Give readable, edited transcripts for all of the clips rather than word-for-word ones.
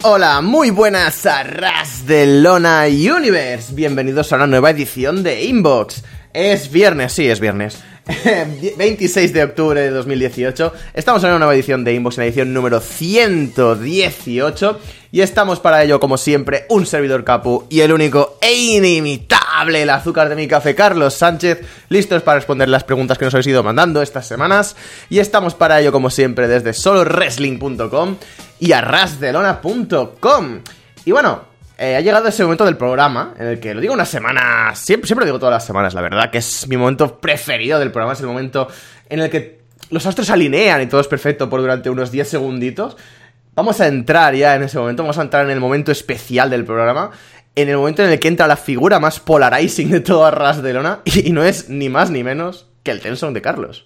Hola, muy buenas a Ras de Lona Universe. Bienvenidos a una nueva edición de Inbox. Es viernes, sí, es viernes. 26 de octubre de 2018. Estamos en una nueva edición de Inbox, en la edición número 118. Y estamos para ello, como siempre, un servidor Capu y el único e inimitable, el azúcar de mi café, Carlos Sánchez, listos para responder las preguntas que nos habéis ido mandando estas semanas. Y estamos para ello, como siempre, desde solowrestling.com y arrasdelona.com. Y bueno, ha llegado ese momento del programa en el que, lo digo una semana, siempre lo digo todas las semanas, la verdad, que es mi momento preferido del programa, es el momento en el que los astros se alinean y todo es perfecto por durante unos 10 segunditos. Vamos a entrar ya en ese momento, vamos a entrar en el momento especial del programa, en el momento en el que entra la figura más polarizing de todo Ras de Lona, y no es ni más ni menos que el Tensong de Carlos.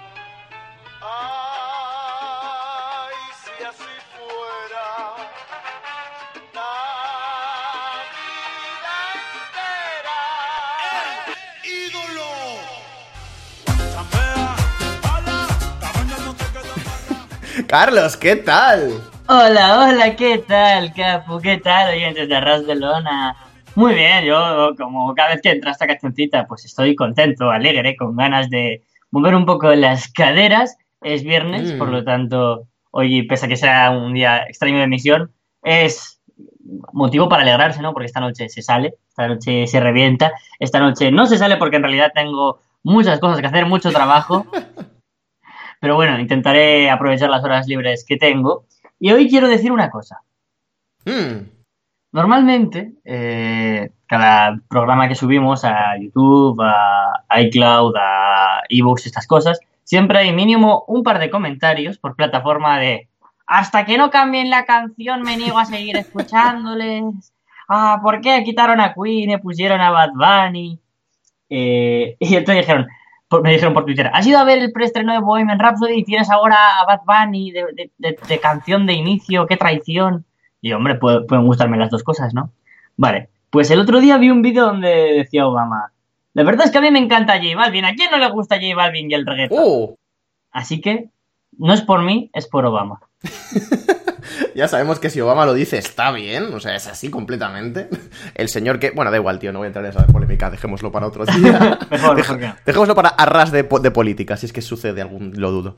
Carlos, ¿qué tal? Hola, ¿qué tal, Capu? ¿Qué tal, oyentes de Ras de Lona? Muy bien, yo como cada vez que entra esta cancioncita, pues estoy contento, alegre, con ganas de mover un poco las caderas. Es viernes, por lo tanto, hoy, pese a que sea un día extraño de emisión, es motivo para alegrarse, ¿no? Porque esta noche se sale, esta noche se revienta, esta noche no se sale porque en realidad tengo muchas cosas que hacer, mucho trabajo. Pero bueno, intentaré aprovechar las horas libres que tengo. Y hoy quiero decir una cosa. Normalmente, cada programa que subimos a YouTube, a iCloud, a eBooks, estas cosas, siempre hay mínimo un par de comentarios por plataforma de hasta que no cambien la canción me niego a seguir escuchándoles. ¿Por qué quitaron a Queen y pusieron a Bad Bunny? Y entonces me dijeron por Twitter, ¿has ido a ver el preestreno de Bohemian Rhapsody y tienes ahora a Bad Bunny de canción de inicio? ¡Qué traición! Y hombre, pueden gustarme las dos cosas, ¿no? Vale, pues el otro día vi un vídeo donde decía Obama, la verdad es que a mí me encanta J Balvin, ¿a quién no le gusta J Balvin y el reggaetón? Así que no es por mí, es por Obama. Ya sabemos que si Obama lo dice está bien, o sea, es así completamente. El señor que... Bueno, da igual, tío, no voy a entrar en esa polémica, dejémoslo para otro día. mejor que... Dejémoslo para arras de política, si es que sucede lo dudo.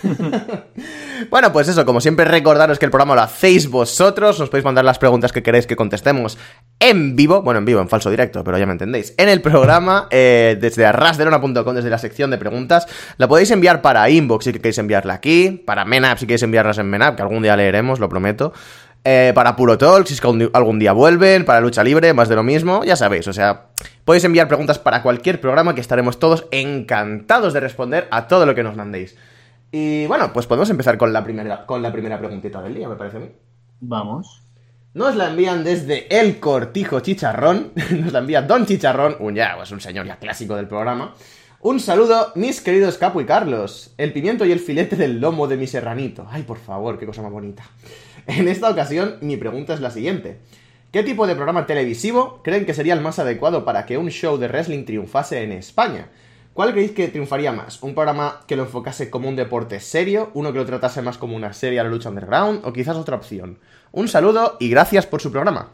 Bueno, pues eso, como siempre recordaros que el programa lo hacéis vosotros, nos podéis mandar las preguntas que queréis que contestemos en vivo, bueno, en vivo, en falso directo, pero ya me entendéis, en el programa, desde arrasdelona.com, desde la sección de preguntas, la podéis enviar para Inbox si queréis enviarla aquí, para Menap si queréis enviarlas en Menap, que algún día leeremos, lo prometo, para Puro Talk, si es que algún día vuelven, para Lucha Libre, más de lo mismo, ya sabéis, o sea, podéis enviar preguntas para cualquier programa que estaremos todos encantados de responder a todo lo que nos mandéis. Y bueno, pues podemos empezar con la primera preguntita del día, me parece a mí. Vamos. Nos la envían desde El Cortijo Chicharrón. Nos la envía Don Chicharrón, un señor ya clásico del programa. Un saludo, mis queridos Capu y Carlos. El pimiento y el filete del lomo de mi serranito. Ay, por favor, qué cosa más bonita. En esta ocasión, mi pregunta es la siguiente. ¿Qué tipo de programa televisivo creen que sería el más adecuado para que un show de wrestling triunfase en España? ¿Cuál creéis que triunfaría más? ¿Un programa que lo enfocase como un deporte serio? ¿Uno que lo tratase más como una serie a la lucha underground? ¿O quizás otra opción? Un saludo y gracias por su programa.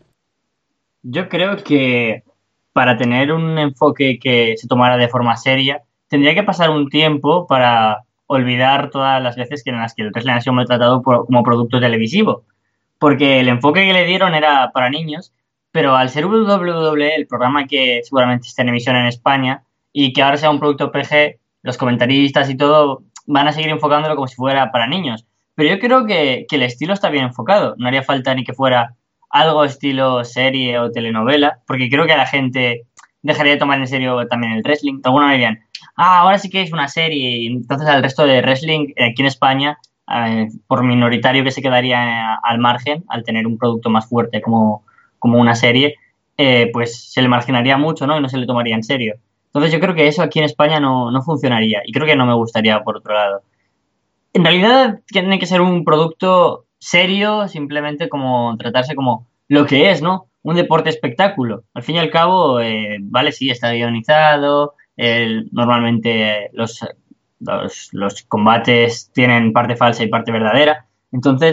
Yo creo que para tener un enfoque que se tomara de forma seria, tendría que pasar un tiempo para olvidar todas las veces en las que el wrestling ha sido maltratado como producto televisivo. Porque el enfoque que le dieron era para niños, pero al ser WWE, el programa que seguramente está en emisión en España, y que ahora sea un producto PG, los comentaristas y todo van a seguir enfocándolo como si fuera para niños. Pero yo creo que el estilo está bien enfocado. No haría falta ni que fuera algo estilo serie o telenovela, porque creo que la gente dejaría de tomar en serio también el wrestling. Algunos dirían, ahora sí que es una serie, y entonces al resto de wrestling aquí en España, por minoritario que se quedaría al margen, al tener un producto más fuerte como una serie, pues se le marginaría mucho, ¿no? Y no se le tomaría en serio. Entonces yo creo que eso aquí en España no funcionaría, y creo que no me gustaría por otro lado. En realidad tiene que ser un producto serio, simplemente como tratarse como lo que es, ¿no? Un deporte espectáculo. Al fin y al cabo, vale, sí, está guionizado, normalmente los combates tienen parte falsa y parte verdadera. Entonces,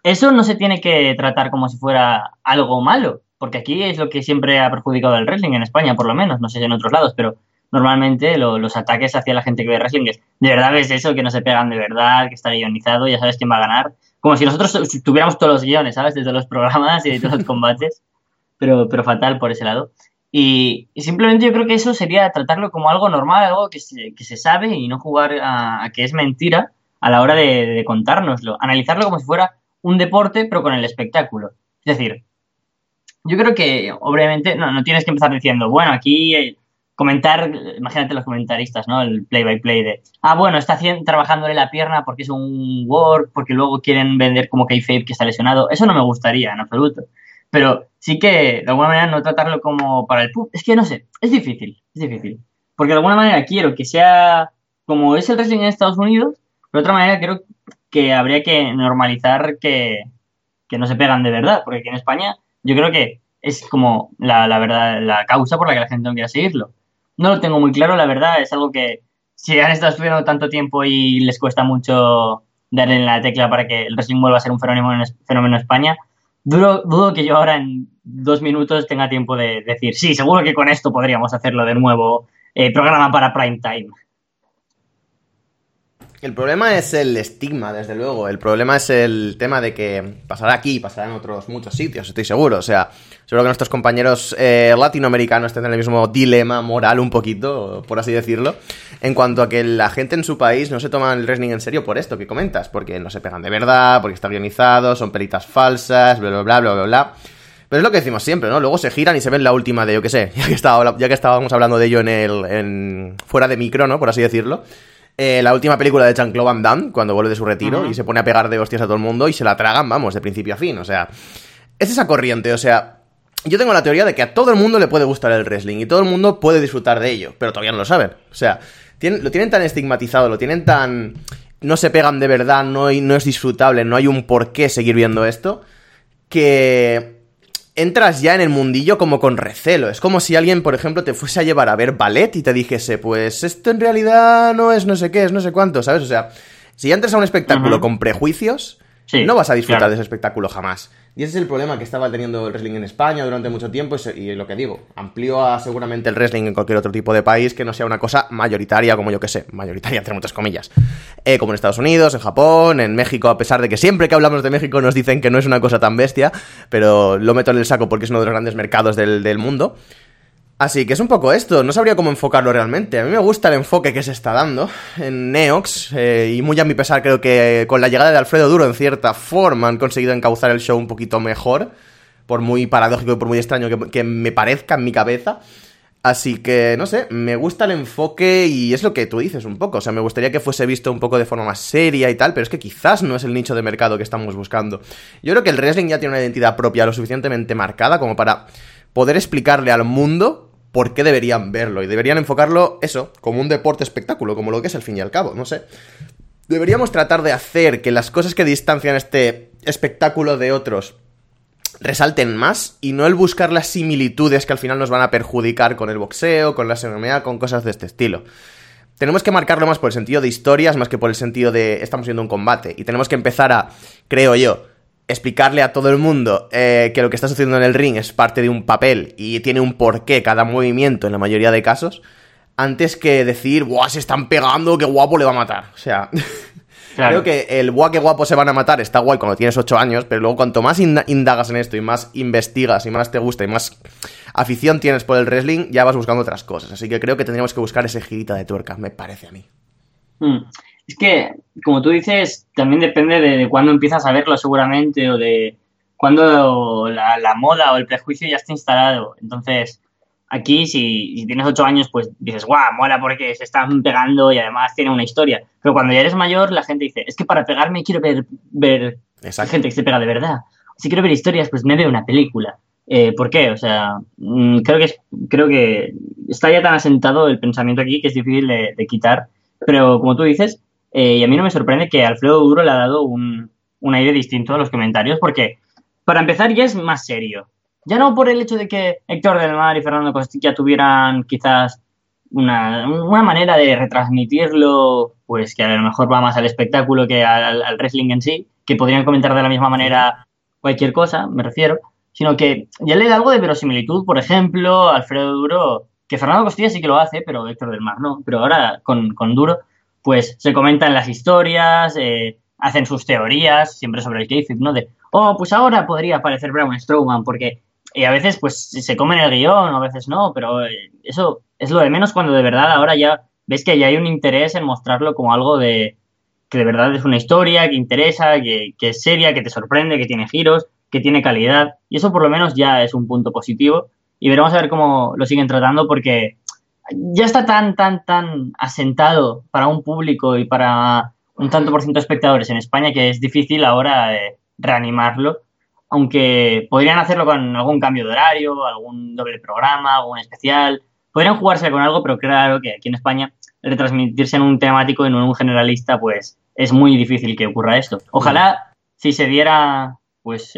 eso no se tiene que tratar como si fuera algo malo, porque aquí es lo que siempre ha perjudicado el wrestling, en España por lo menos, no sé si en otros lados, pero normalmente los ataques hacia la gente que ve wrestling es, ¿de verdad ves eso? Que no se pegan de verdad, que está guionizado, ya sabes quién va a ganar. Como si nosotros tuviéramos todos los guiones, ¿sabes? Desde los programas y de todos los combates, pero fatal por ese lado. Y simplemente yo creo que eso sería tratarlo como algo normal, algo que se sabe y no jugar a que es mentira a la hora de contárnoslo. Analizarlo como si fuera un deporte, pero con el espectáculo. Es decir, yo creo que obviamente no tienes que empezar diciendo, bueno, aquí comentar, imagínate los comentaristas, ¿no? El play by play de, bueno, está trabajándole la pierna porque es un work, porque luego quieren vender como kayfabe que está lesionado. Eso no me gustaría en absoluto. Pero sí que de alguna manera no tratarlo como para el pub. Es que no sé, es difícil, es difícil. Porque de alguna manera quiero que sea como es el wrestling en Estados Unidos, pero de otra manera creo que habría que normalizar que no se pegan de verdad, porque aquí en España yo creo que es como la verdad, la causa por la que la gente no quiere seguirlo. No lo tengo muy claro, la verdad, es algo que si han estado estudiando tanto tiempo y les cuesta mucho darle en la tecla para que el wrestling vuelva a ser un fenómeno en España, dudo que yo ahora en 2 minutos tenga tiempo de decir, sí, seguro que con esto podríamos hacerlo de nuevo, programa para prime time. El problema es el estigma, desde luego. El problema es el tema de que pasará aquí, pasará en otros muchos sitios, estoy seguro. O sea, seguro que nuestros compañeros latinoamericanos tendrán el mismo dilema moral un poquito, por así decirlo, en cuanto a que la gente en su país no se toma el wrestling en serio por esto que comentas, porque no se pegan de verdad, porque está guionizado, son pelitas falsas, bla, bla, bla, bla, bla, bla. Pero es lo que decimos siempre, ¿no? Luego se giran y se ven la última de, yo qué sé, ya que estábamos hablando de ello fuera de micro, ¿no? Por así decirlo. La última película de Jean-Claude Van Damme, cuando vuelve de su retiro y se pone a pegar de hostias a todo el mundo y se la tragan, vamos, de principio a fin. O sea, es esa corriente, o sea, yo tengo la teoría de que a todo el mundo le puede gustar el wrestling y todo el mundo puede disfrutar de ello, pero todavía no lo saben. O sea, lo tienen tan estigmatizado, lo tienen tan... No se pegan de verdad, no es disfrutable, no hay un por qué seguir viendo esto, que... entras ya en el mundillo como con recelo. Es como si alguien, por ejemplo, te fuese a llevar a ver ballet y te dijese, pues esto en realidad no es no sé qué, es no sé cuánto, ¿sabes? O sea, si ya entras a un espectáculo con prejuicios, sí, no vas a disfrutar claro. de ese espectáculo jamás. Y ese es el problema que estaba teniendo el wrestling en España durante mucho tiempo y lo que digo, amplió a seguramente el wrestling en cualquier otro tipo de país que no sea una cosa mayoritaria, como yo que sé, mayoritaria entre muchas comillas, como en Estados Unidos, en Japón, en México, a pesar de que siempre que hablamos de México nos dicen que no es una cosa tan bestia, pero lo meto en el saco porque es uno de los grandes mercados del mundo. Así que es un poco esto, no sabría cómo enfocarlo realmente. A mí me gusta el enfoque que se está dando en Neox, y muy a mi pesar creo que con la llegada de Alfredo Duro, en cierta forma, han conseguido encauzar el show un poquito mejor, por muy paradójico y por muy extraño que me parezca en mi cabeza. Así que, no sé, me gusta el enfoque y es lo que tú dices un poco. O sea, me gustaría que fuese visto un poco de forma más seria y tal, pero es que quizás no es el nicho de mercado que estamos buscando. Yo creo que el wrestling ya tiene una identidad propia lo suficientemente marcada como para poder explicarle al mundo por qué deberían verlo. Y deberían enfocarlo, eso, como un deporte espectáculo, como lo que es al fin y al cabo, no sé. Deberíamos tratar de hacer que las cosas que distancian este espectáculo de otros resalten más y no el buscar las similitudes que al final nos van a perjudicar con el boxeo, con la MMA, con cosas de este estilo. Tenemos que marcarlo más por el sentido de historias, más que por el sentido de estamos viendo un combate. Y tenemos que empezar a, creo yo, explicarle a todo el mundo que lo que está sucediendo en el ring es parte de un papel y tiene un porqué cada movimiento en la mayoría de casos, antes que decir, ¡buah, se están pegando, qué guapo le va a matar! O sea, claro. Creo que el ¡buah, qué guapo se van a matar! Está guay cuando tienes 8 años, pero luego cuanto más indagas en esto y más investigas y más te gusta y más afición tienes por el wrestling, ya vas buscando otras cosas. Así que creo que tendríamos que buscar ese girita de tuerca, me parece a mí. Es que, como tú dices, también depende de cuándo empiezas a verlo seguramente o de cuándo la moda o el prejuicio ya está instalado. Entonces, aquí si tienes 8 años, pues dices, guau, mola porque se están pegando y además tiene una historia. Pero cuando ya eres mayor, la gente dice, es que para pegarme quiero ver gente que se pega de verdad. Si quiero ver historias, pues me veo una película. ¿Por qué? O sea, creo que está ya tan asentado el pensamiento aquí que es difícil de quitar. Pero como tú dices, y a mí no me sorprende que Alfredo Duro le ha dado un aire distinto a los comentarios, porque para empezar ya es más serio. Ya no por el hecho de que Héctor del Mar y Fernando Costilla tuvieran quizás una manera de retransmitirlo, pues que a lo mejor va más al espectáculo que al wrestling en sí, que podrían comentar de la misma manera cualquier cosa, me refiero, sino que ya le da algo de verosimilitud, por ejemplo, a Alfredo Duro, que Fernando Costilla sí que lo hace, pero Héctor del Mar no, pero ahora con Duro, pues se comentan las historias, hacen sus teorías, siempre sobre el kayfabe, ¿no? De, pues ahora podría aparecer Braun Strowman, porque a veces pues se comen el guión, o a veces no, pero eso es lo de menos cuando de verdad ahora ya ves que ya hay un interés en mostrarlo como algo de que de verdad es una historia, que interesa, que es seria, que te sorprende, que tiene giros, que tiene calidad, y eso por lo menos ya es un punto positivo, y veremos a ver cómo lo siguen tratando, porque ya está tan asentado para un público y para un tanto por ciento de espectadores en España que es difícil ahora reanimarlo, aunque podrían hacerlo con algún cambio de horario, algún doble programa, algún especial, podrían jugarse con algo, pero claro que aquí en España retransmitirse en un temático y no en un generalista, pues es muy difícil que ocurra esto. Ojalá si se diera pues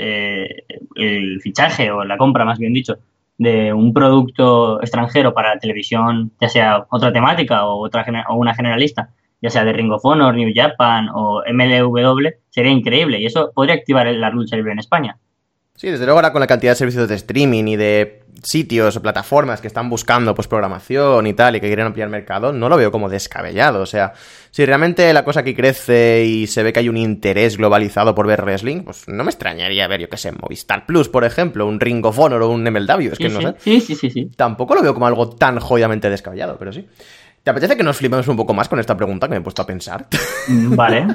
el fichaje o la compra, más bien dicho, de un producto extranjero para la televisión, ya sea otra temática o una generalista, ya sea de Ring of Honor, New Japan o MLW, sería increíble y eso podría activar la lucha libre en España. Sí, desde luego ahora con la cantidad de servicios de streaming y de sitios o plataformas que están buscando pues programación y tal y que quieren ampliar mercado, no lo veo como descabellado. O sea, si realmente la cosa aquí crece y se ve que hay un interés globalizado por ver wrestling, pues no me extrañaría ver, yo qué sé, Movistar Plus, por ejemplo, un Ring of Honor o un MLW, es que sí, no sí. sé. Sí. Tampoco lo veo como algo tan jodidamente descabellado, pero sí. ¿Te apetece que nos flipemos un poco más con esta pregunta que me he puesto a pensar? Vale.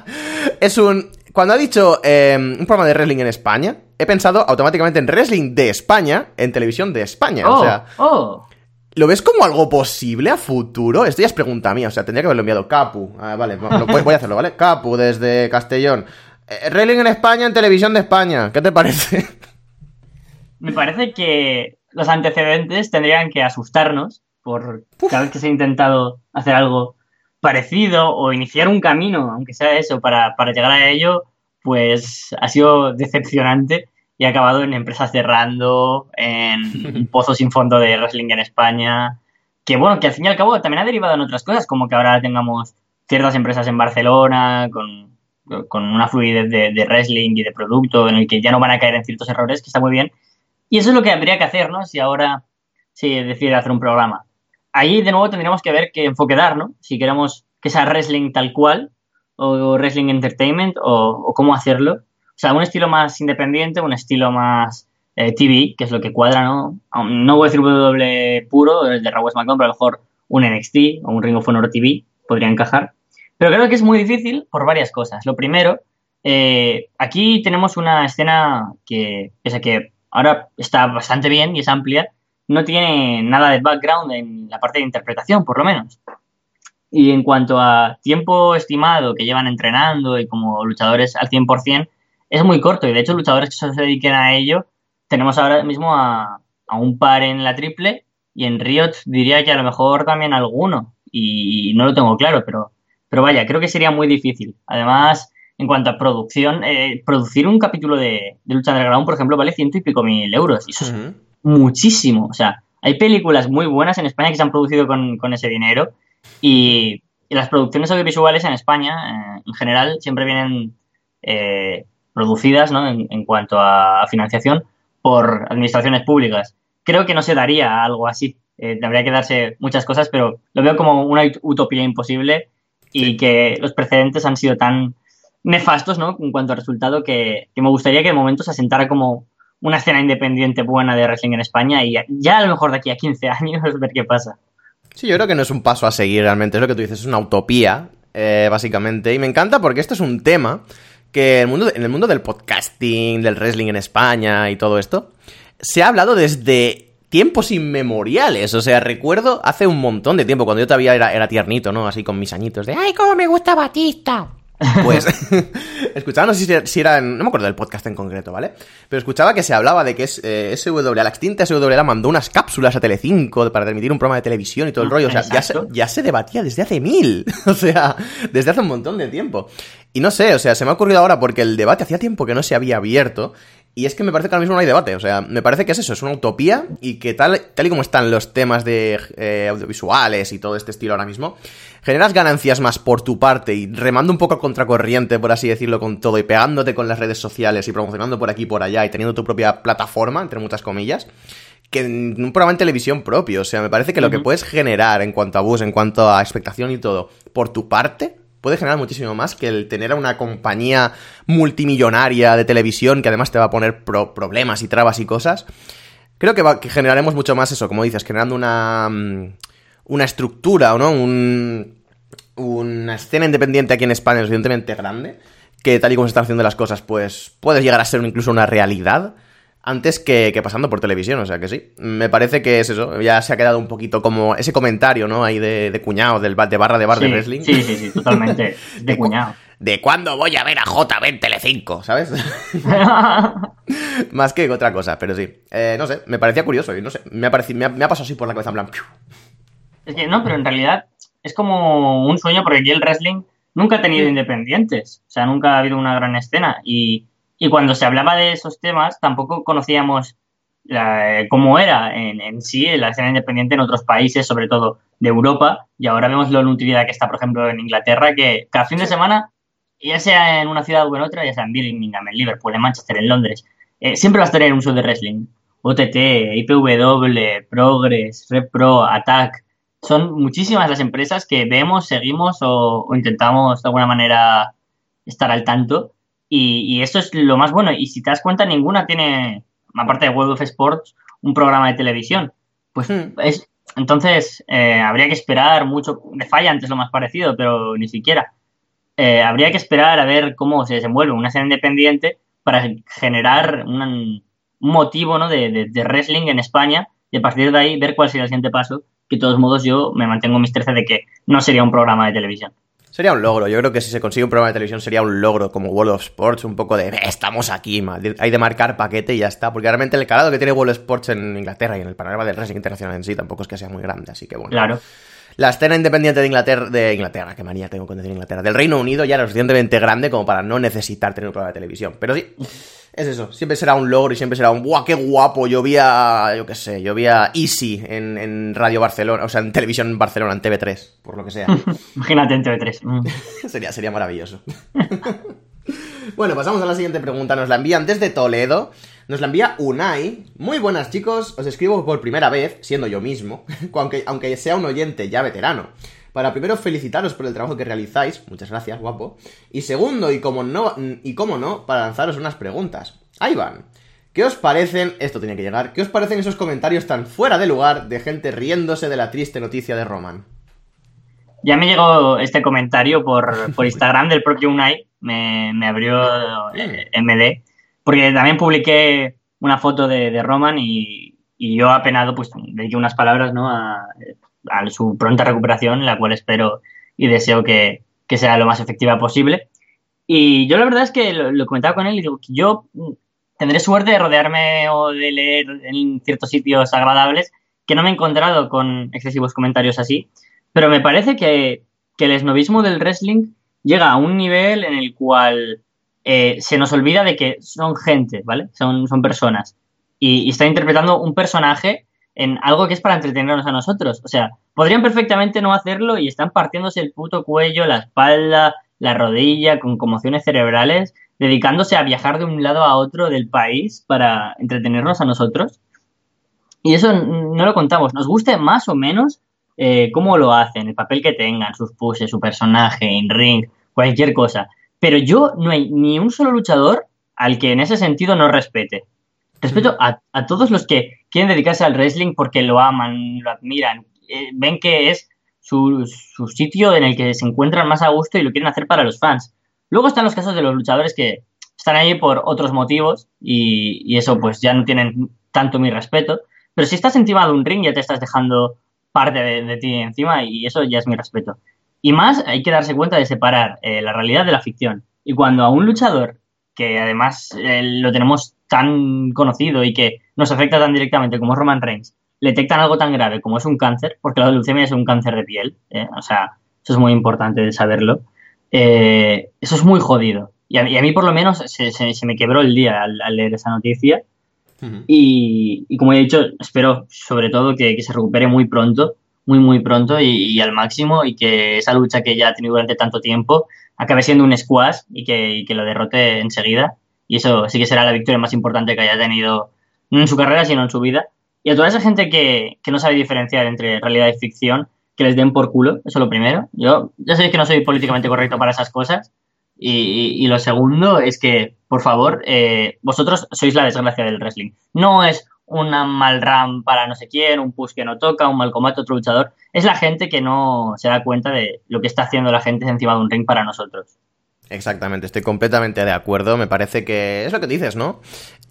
Cuando ha dicho un programa de wrestling en España, he pensado automáticamente en wrestling de España, en televisión de España. O sea, ¿lo ves como algo posible a futuro? Esto ya es pregunta mía, o sea, tendría que haberlo enviado Capu. Vale, voy a hacerlo, ¿vale? Capu, desde Castellón. Wrestling en España, en televisión de España. ¿Qué te parece? Me parece que los antecedentes tendrían que asustarnos por cada vez que se ha intentado hacer algo parecido o iniciar un camino, aunque sea eso, para llegar a ello, pues ha sido decepcionante y ha acabado en empresas cerrando, en un pozo sin fondo de wrestling en España, que bueno, que al fin y al cabo también ha derivado en otras cosas, como que ahora tengamos ciertas empresas en Barcelona con una fluidez de wrestling y de producto en el que ya no van a caer en ciertos errores, que está muy bien. Y eso es lo que habría que hacer, ¿no? Si ahora se decide hacer un programa. Ahí, de nuevo, tendríamos que ver qué enfoque dar, ¿no? Si queremos que sea wrestling tal cual, o wrestling entertainment, o cómo hacerlo. O sea, un estilo más independiente, un estilo más TV, que es lo que cuadra, ¿no? No voy a decir WWE puro, el de Raw SmackDown, pero a lo mejor un NXT o un Ring of Honor TV podría encajar. Pero creo que es muy difícil por varias cosas. Lo primero, aquí tenemos una escena que, pese a que ahora está bastante bien y es amplia, no tiene nada de background en la parte de interpretación, por lo menos. Y en cuanto a tiempo estimado que llevan entrenando y como luchadores al 100%, es muy corto. Y de hecho, luchadores que se dediquen a ello, tenemos ahora mismo a un par en la triple y en Riot diría que a lo mejor también alguno. Y no lo tengo claro, pero vaya, creo que sería muy difícil. Además, en cuanto a producción, producir un capítulo de Lucha Underground, por ejemplo, vale 100 y pico mil euros. Y eso es muchísimo. O sea, hay películas muy buenas en España que se han producido con ese dinero y las producciones audiovisuales en España, en general, siempre vienen producidas, ¿no? en cuanto a financiación por administraciones públicas. Creo que no se daría algo así. Habría que darse muchas cosas, pero lo veo como una utopía imposible y que los precedentes han sido tan nefastos, ¿no? En cuanto a resultado que me gustaría que de momento se asentara como una escena independiente buena de wrestling en España y ya a lo mejor de aquí a 15 años ver qué pasa. Sí, yo creo que no es un paso a seguir realmente, es lo que tú dices, es una utopía, básicamente, y me encanta porque esto es un tema que en el mundo del podcasting, del wrestling en España y todo esto, se ha hablado desde tiempos inmemoriales. O sea, recuerdo hace un montón de tiempo, cuando yo todavía era tiernito, ¿no? Así con mis añitos de ¡ay, cómo me gusta Batista! Pues escuchaba, no sé si era no me acuerdo del podcast en concreto, ¿vale? Pero escuchaba que se hablaba de que la extinta SWA mandó unas cápsulas a Telecinco para transmitir un programa de televisión y todo el rollo. O sea, ya se debatía desde hace 1000. O sea, desde hace un montón de tiempo. Y no sé, o sea, se me ha ocurrido ahora porque el debate hacía tiempo que no se había abierto Y es que me parece que ahora mismo no hay debate, o sea, me parece que es eso, es una utopía y que tal y como están los temas de audiovisuales y todo este estilo ahora mismo, generas ganancias más por tu parte y remando un poco a contracorriente, por así decirlo, con todo y pegándote con las redes sociales y promocionando por aquí y por allá y teniendo tu propia plataforma, entre muchas comillas, que en un programa en televisión propio. O sea, me parece que lo que puedes generar en cuanto a buzz, en cuanto a expectación y todo, por tu parte, puede generar muchísimo más que el tener a una compañía multimillonaria de televisión que además te va a poner problemas y trabas y cosas. Creo que generaremos mucho más eso, como dices, generando una estructura, ¿o no? Una escena independiente aquí en España es evidentemente grande, que tal y como se están haciendo las cosas, pues puedes llegar a ser incluso una realidad antes que pasando por televisión, o sea que sí. Me parece que es eso, ya se ha quedado un poquito como ese comentario, ¿no? Ahí de cuñado, de barra de wrestling. Sí, totalmente. De cuñado. ¿De cuándo voy a ver a JB en Telecinco? ¿Sabes? Más que otra cosa, pero sí. No sé, me parecía curioso y no sé, me ha pasado así por la cabeza en plan... Es que no, pero en realidad es como un sueño porque aquí el wrestling nunca ha tenido independientes. O sea, nunca ha habido una gran escena y cuando se hablaba de esos temas tampoco conocíamos cómo era en sí la escena independiente en otros países, sobre todo de Europa, y ahora vemos la utilidad que está, por ejemplo, en Inglaterra, que cada fin de semana, ya sea en una ciudad o en otra, ya sea en Birmingham, en Liverpool, en Manchester, en Londres, siempre vas a tener un show de wrestling. OTT, IPW, Progress, Red Pro, Attack, son muchísimas las empresas que vemos, seguimos o intentamos de alguna manera estar al tanto. Y eso es lo más bueno. Y si te das cuenta, ninguna tiene, aparte de World of Sports, un programa de televisión. Pues entonces habría que esperar mucho. Defiant es lo más parecido, pero ni siquiera. Habría que esperar a ver cómo se desenvuelve una escena independiente para generar un motivo, ¿no? de wrestling en España y a partir de ahí ver cuál sería el siguiente paso. Que de todos modos yo me mantengo en mis 13 de que no sería un programa de televisión. Sería un logro, yo creo que si se consigue un programa de televisión sería un logro como World of Sports, un poco de estamos aquí, hay de marcar paquete y ya está, porque realmente el calado que tiene World of Sports en Inglaterra y en el panorama del wrestling internacional en sí tampoco es que sea muy grande, así que bueno. Claro. La escena independiente de Inglaterra, qué manía tengo con decir Inglaterra, del Reino Unido ya era lo suficientemente grande como para no necesitar tener un programa de televisión, pero sí, es eso, siempre será un logro y siempre será un ¡buah, qué guapo! Yo vi a Easy en Radio Barcelona, o sea, en televisión en Barcelona, en TV3, por lo que sea. Imagínate en TV3. Sería maravilloso. Bueno, pasamos a la siguiente pregunta. Nos la envían desde Toledo. Nos la envía Unai. Muy buenas, chicos. Os escribo por primera vez, siendo yo mismo, aunque sea un oyente ya veterano. Para primero felicitaros por el trabajo que realizáis. Muchas gracias, guapo. Y segundo, y como no, para lanzaros unas preguntas. Ahí van. ¿Qué os parecen? Esto tenía que llegar. ¿Qué os parecen esos comentarios tan fuera de lugar de gente riéndose de la triste noticia de Roman? Ya me llegó este comentario por Instagram del propio Unai. Me abrió MD. Porque también publiqué una foto de Roman y yo apenado pues dediqué unas palabras, ¿no? a su pronta recuperación, la cual espero y deseo que sea lo más efectiva posible. Y yo la verdad es que lo comentaba con él y digo que yo tendré suerte de rodearme o de leer en ciertos sitios agradables que no me he encontrado con excesivos comentarios así, pero me parece que el esnovismo del wrestling llega a un nivel en el cual se nos olvida de que son gente, ¿vale? Son personas y están interpretando un personaje en algo que es para entretenernos a nosotros. O sea, podrían perfectamente no hacerlo y están partiéndose el puto cuello, la espalda, la rodilla, con conmociones cerebrales, dedicándose a viajar de un lado a otro del país para entretenernos a nosotros. Y eso no lo contamos. Nos guste más o menos cómo lo hacen, el papel que tengan, sus pushes, su personaje, en ring, cualquier cosa. Pero no hay ni un solo luchador al que en ese sentido no respete. Respeto a todos los que quieren dedicarse al wrestling porque lo aman, lo admiran, ven que es su sitio en el que se encuentran más a gusto y lo quieren hacer para los fans. Luego están los casos de los luchadores que están ahí por otros motivos y eso pues ya no tienen tanto mi respeto. Pero si estás encima de un ring ya te estás dejando parte de ti encima y eso ya es mi respeto. Y más hay que darse cuenta de separar la realidad de la ficción. Y cuando a un luchador, que además lo tenemos tan conocido y que nos afecta tan directamente como Roman Reigns, le detectan algo tan grave como es un cáncer, porque la leucemia es un cáncer de piel, o sea, eso es muy importante de saberlo, eso es muy jodido. Y a mí por lo menos se me quebró el día al leer esa noticia. Ujú. Y como he dicho, espero sobre todo que se recupere muy pronto, muy pronto y al máximo, y que esa lucha que ya ha tenido durante tanto tiempo acabe siendo un squash y que lo derrote enseguida. Y eso sí que será la victoria más importante que haya tenido, no en su carrera, sino en su vida. Y a toda esa gente que no sabe diferenciar entre realidad y ficción, que les den por culo, eso es lo primero. Yo ya sabéis que no soy políticamente correcto para esas cosas. Y lo segundo es que, por favor, vosotros sois la desgracia del wrestling. No es una mal ram para no sé quién, un push que no toca, un mal combate, otro luchador. Es la gente que no se da cuenta de lo que está haciendo la gente encima de un ring para nosotros. Exactamente, estoy completamente de acuerdo. Me parece que es lo que dices, ¿no?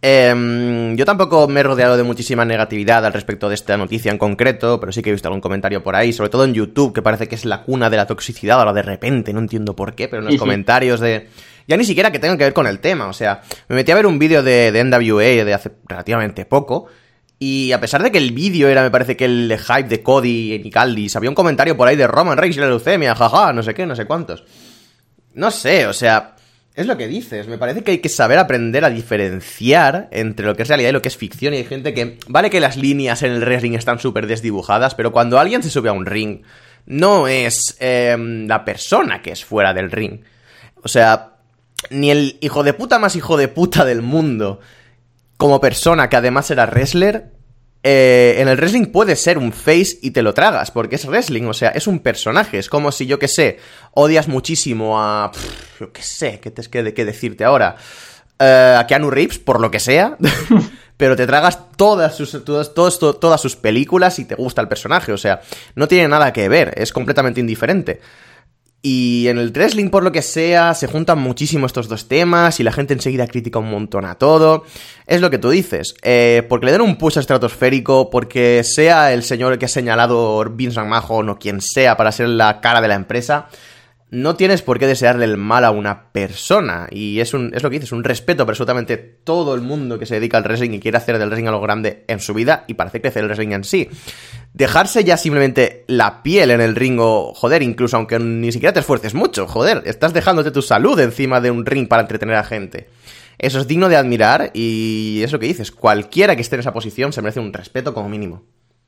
Yo tampoco me he rodeado de muchísima negatividad al respecto de esta noticia en concreto, pero sí que he visto algún comentario por ahí, sobre todo en YouTube, que parece que es la cuna de la toxicidad ahora de repente, no entiendo por qué, pero en los comentarios de... Ya ni siquiera que tengan que ver con el tema, o sea, me metí a ver un vídeo de NWA de hace relativamente poco, y a pesar de que el vídeo era, me parece que el hype de Cody y Nick Aldis, había un comentario por ahí de Roman Reigns y la leucemia, jaja, no sé qué, no sé cuántos. No sé, o sea, es lo que dices. Me parece que hay que saber aprender a diferenciar entre lo que es realidad y lo que es ficción. Y hay gente que... Vale que las líneas en el wrestling están súper desdibujadas, pero cuando alguien se sube a un ring, no es la persona que es fuera del ring. O sea, ni el hijo de puta más hijo de puta del mundo, como persona que además era wrestler... en el wrestling puede ser un face y te lo tragas, porque es wrestling, o sea, es un personaje. Es como si, yo que sé, odias muchísimo a... yo que sé, ¿qué decirte ahora? A Keanu Reeves, por lo que sea, pero te tragas todas sus películas y te gusta el personaje, o sea, no tiene nada que ver, es completamente indiferente. Y en el wrestling, por lo que sea, se juntan muchísimo estos dos temas y la gente enseguida critica un montón a todo. Es lo que tú dices, porque le den un push estratosférico, porque sea el señor que ha señalado Vince McMahon o quien sea para ser la cara de la empresa, no tienes por qué desearle el mal a una persona. Y es lo que dices, un respeto por absolutamente todo el mundo que se dedica al wrestling y quiere hacer del wrestling algo grande en su vida y parece crecer el wrestling en sí. Dejarse ya simplemente la piel en el ring o, joder, incluso aunque ni siquiera te esfuerces mucho, joder, estás dejándote tu salud encima de un ring para entretener a gente. Eso es digno de admirar y es lo que dices, cualquiera que esté en esa posición se merece un respeto como mínimo.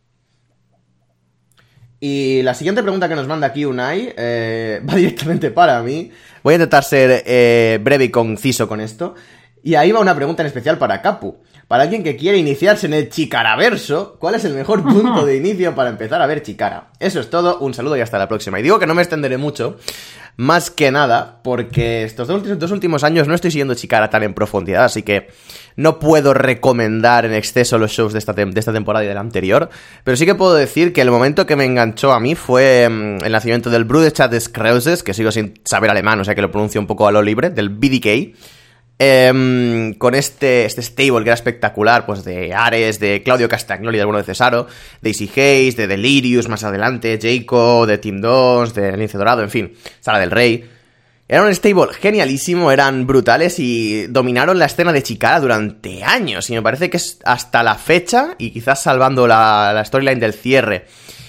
Y la siguiente pregunta que nos manda aquí Unai va directamente para mí. Voy a intentar ser breve y conciso con esto. Y ahí va una pregunta en especial para Capu. Para alguien que quiere iniciarse en el Chikaraverso, ¿cuál es el mejor punto de inicio para empezar a ver Chikara? Eso es todo, un saludo y hasta la próxima. Y digo que no me extenderé mucho, más que nada, porque estos dos últimos años no estoy siguiendo Chikara tan en profundidad, así que no puedo recomendar en exceso los shows de esta temporada y de la anterior, pero sí que puedo decir que el momento que me enganchó a mí fue el nacimiento del Bruderstadt des Kreuses, que sigo sin saber alemán, o sea que lo pronuncio un poco a lo libre, del BDK, con este stable que era espectacular, pues de Ares, de Claudio Castagnoli, de alguno de Cesaro, Daisy Hayes, de Delirious más adelante, Jayco, de Team 2, de Lince Dorado, en fin, Sara del Rey. Era un stable genialísimo, eran brutales y dominaron la escena de Chikara durante años. Y me parece que es hasta la fecha, y quizás salvando la storyline del cierre,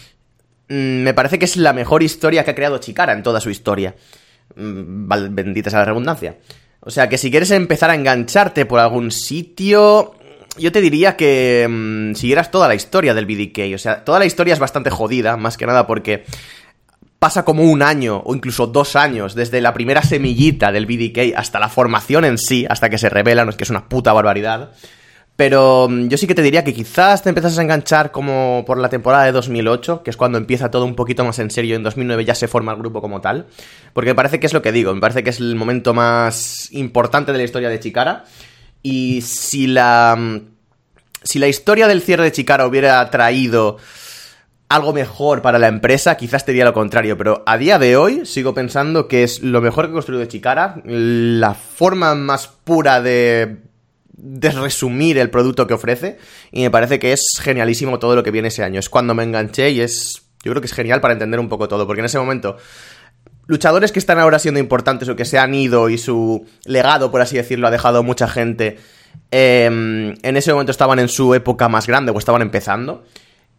me parece que es la mejor historia que ha creado Chikara en toda su historia. Bendita sea la redundancia. O sea, que si quieres empezar a engancharte por algún sitio, yo te diría que siguieras toda la historia del BDK. O sea, toda la historia es bastante jodida, más que nada porque pasa como un año o incluso 2 años desde la primera semillita del BDK hasta la formación en sí, hasta que se revela, no es que es una puta barbaridad. Pero yo sí que te diría que quizás te empiezas a enganchar como por la temporada de 2008, que es cuando empieza todo un poquito más en serio, en 2009 ya se forma el grupo como tal, porque me parece que es lo que digo, me parece que es el momento más importante de la historia de Chikara, y si la historia del cierre de Chikara hubiera traído algo mejor para la empresa, quizás te diría lo contrario, pero a día de hoy sigo pensando que es lo mejor que he construido Chikara, la forma más pura de resumir el producto que ofrece, y me parece que es genialísimo todo lo que viene ese año. Es cuando me enganché y yo creo que es genial para entender un poco todo, porque en ese momento luchadores que están ahora siendo importantes o que se han ido y su legado, por así decirlo, ha dejado mucha gente, en ese momento estaban en su época más grande o estaban empezando,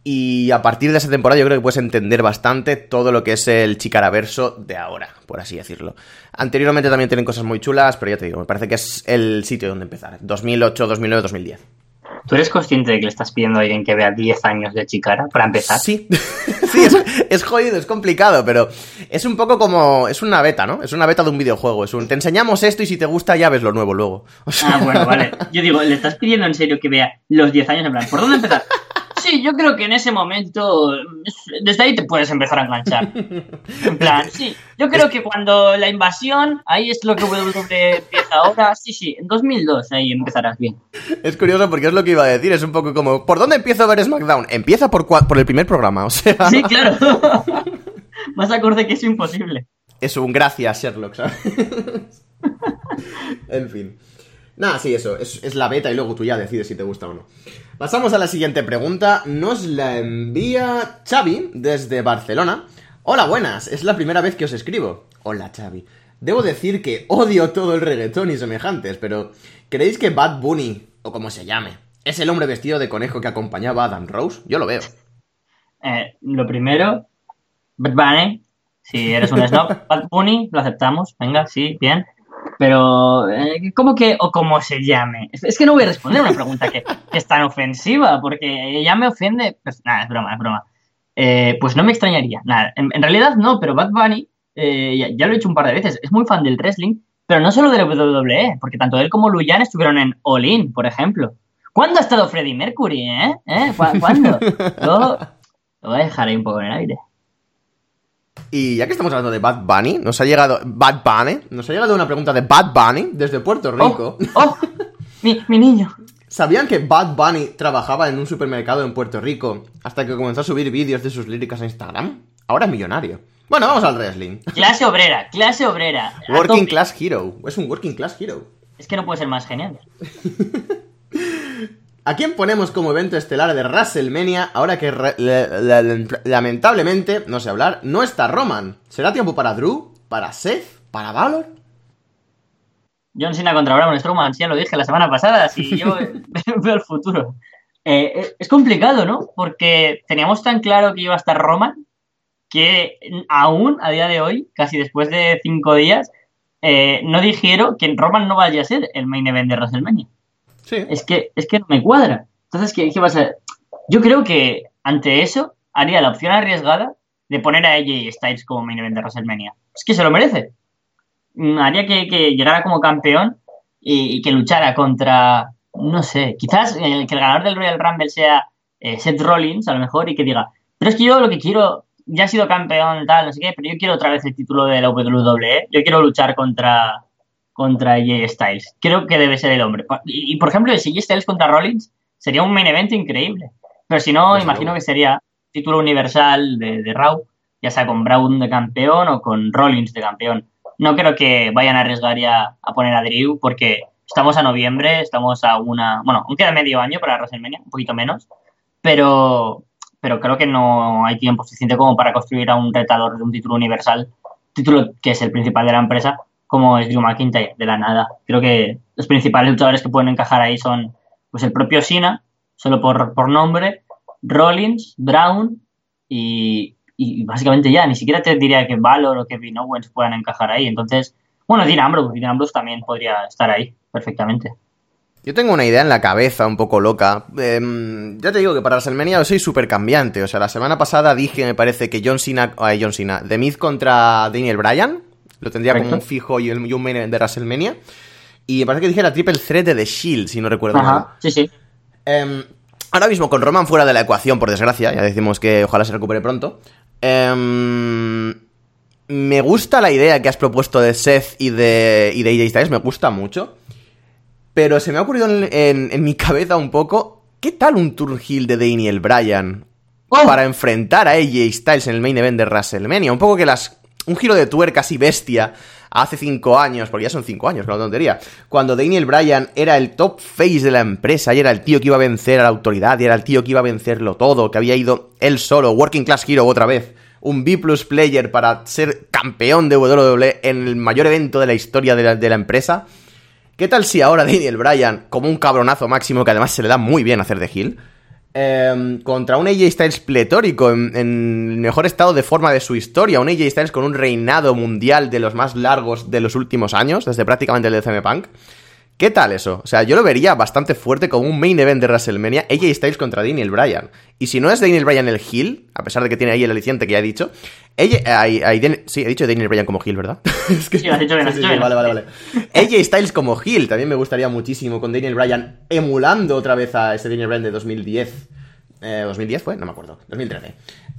Y a partir de esa temporada yo creo que puedes entender bastante todo lo que es el Chikaraverso de ahora, por así decirlo. Anteriormente también tienen cosas muy chulas, pero ya te digo, me parece que es el sitio donde empezar. 2008, 2009, 2010. ¿Tú eres consciente de que le estás pidiendo a alguien que vea 10 años de Chikara para empezar? Sí, sí, es jodido, es complicado, pero es un poco como... Es una beta, ¿no? Es una beta de un videojuego. Te enseñamos esto y si te gusta ya ves lo nuevo luego. O sea... Bueno, vale. Yo digo, ¿le estás pidiendo en serio que vea los 10 años en plan? ¿Por dónde empezar? Sí, yo creo que en ese momento, desde ahí te puedes empezar a enganchar. En plan, sí, yo creo que cuando la invasión, ahí es lo que WWE empieza ahora. Sí, en 2002 ahí empezarás bien. Es curioso porque es lo que iba a decir, es un poco como, ¿por dónde empiezo a ver SmackDown? Empieza por el primer programa, o sea... Sí, claro. Más acorde que es imposible. Es un gracias, Sherlock, ¿sabes? En fin. Nada, sí, eso, es la beta y luego tú ya decides si te gusta o no. Pasamos a la siguiente pregunta, nos la envía Xavi desde Barcelona. Hola, buenas, es la primera vez que os escribo. Hola, Xavi. Debo decir que odio todo el reggaetón y semejantes, pero ¿creéis que Bad Bunny, o como se llame, es el hombre vestido de conejo que acompañaba a Adam Rose? Yo lo veo. Lo primero, Bad Bunny, si eres un snob, Bad Bunny, lo aceptamos, venga, sí, bien. Pero, ¿cómo que o cómo se llame? Es que no voy a responder a una pregunta que es tan ofensiva, porque ya me ofende. Pues nada, es broma. Pues no me extrañaría. Nada, en realidad no, pero Bad Bunny, ya lo he dicho un par de veces, es muy fan del wrestling, pero no solo de la WWE, porque tanto él como Luyan estuvieron en All In, por ejemplo. ¿Cuándo ha estado Freddie Mercury, ¿Cuándo? Lo voy a dejar ahí un poco en el aire. Y ya que estamos hablando de Bad Bunny, nos ha llegado una pregunta de Bad Bunny desde Puerto Rico. Mi niño. ¿Sabían que Bad Bunny trabajaba en un supermercado en Puerto Rico hasta que comenzó a subir vídeos de sus líricas a Instagram? Ahora es millonario. Bueno, vamos al wrestling. Clase obrera. Working class hero. Es un working class hero. Es que no puede ser más genial. ¿A quién ponemos como evento estelar de WrestleMania ahora que lamentablemente, no sé hablar, no está Roman? ¿Será tiempo para Drew? ¿Para Seth? ¿Para Balor? John Cena contra Braun Strowman, ya lo dije la semana pasada, si yo veo el futuro. Es complicado, ¿no? Porque teníamos tan claro que iba a estar Roman que aún, a día de hoy, casi después de 5 días, no dijeron que Roman no vaya a ser el main event de WrestleMania. Sí. Es que no me cuadra. Entonces, ¿qué va a ser? Yo creo que ante eso haría la opción arriesgada de poner a AJ Styles como main event de WrestleMania. Es que se lo merece. Haría que llegara como campeón y que luchara contra, no sé, quizás que el ganador del Royal Rumble sea Seth Rollins, a lo mejor, y que diga, pero es que yo lo que quiero, ya he sido campeón, tal, no sé qué, pero yo quiero otra vez el título de la WWE, yo quiero luchar contra AJ Styles. Creo que debe ser el hombre. Y por ejemplo, si AJ Styles contra Rollins sería un main event increíble. Pero si no, imagino que sería título universal de Raw, ya sea con Braun de campeón o con Rollins de campeón. No creo que vayan a arriesgar ya a poner a Drew porque estamos a noviembre, estamos a bueno, aún queda medio año para WrestleMania, un poquito menos, pero creo que no hay tiempo suficiente como para construir a un retador de un título universal, título que es el principal de la empresa, como es Drew McIntyre, de la nada. Creo que los principales luchadores que pueden encajar ahí son pues el propio Cena, solo por nombre, Rollins, Braun y básicamente ya, ni siquiera te diría que Balor o Kevin Owens puedan encajar ahí. Entonces, bueno, Dean Ambrose también podría estar ahí perfectamente. Yo tengo una idea en la cabeza un poco loca. Ya te digo que para WrestleMania yo soy súper cambiante. O sea, la semana pasada dije, me parece, que John Cena, The Miz contra Daniel Bryan lo tendría como un fijo y un main event de WrestleMania. Y me parece que dije la triple threat de The Shield, si no recuerdo mal. Sí. Ahora mismo con Roman fuera de la ecuación, por desgracia, ya decimos que ojalá se recupere pronto. Me gusta la idea que has propuesto de Seth y de AJ Styles, me gusta mucho. Pero se me ha ocurrido en mi cabeza un poco, ¿qué tal un turn heel de Daniel Bryan para enfrentar a AJ Styles en el main event de WrestleMania? Un poco que un giro de tuerca así bestia hace 5 años, porque ya son 5 años, con la tontería, cuando Daniel Bryan era el top face de la empresa y era el tío que iba a vencer a la autoridad y era el tío que iba a vencerlo todo, que había ido él solo, Working Class Hero otra vez, un B+ player para ser campeón de WWE en el mayor evento de la historia de la empresa. ¿Qué tal si ahora Daniel Bryan, como un cabronazo máximo, que además se le da muy bien hacer de heel, contra un AJ Styles pletórico en el mejor estado de forma de su historia, un AJ Styles con un reinado mundial de los más largos de los últimos años, desde prácticamente el de CM Punk. ¿Qué tal eso? O sea, yo lo vería bastante fuerte como un main event de WrestleMania, AJ Styles contra Daniel Bryan. Y si no es Daniel Bryan el heel, a pesar de que tiene ahí el aliciente que ya he dicho, sí, he dicho Daniel Bryan como heel, ¿verdad? Es que sí, lo has dicho bien, sí, vale. AJ Styles como heel, también me gustaría muchísimo, con Daniel Bryan emulando otra vez a ese Daniel Bryan de 2010. ¿2010 fue? No me acuerdo. 2013.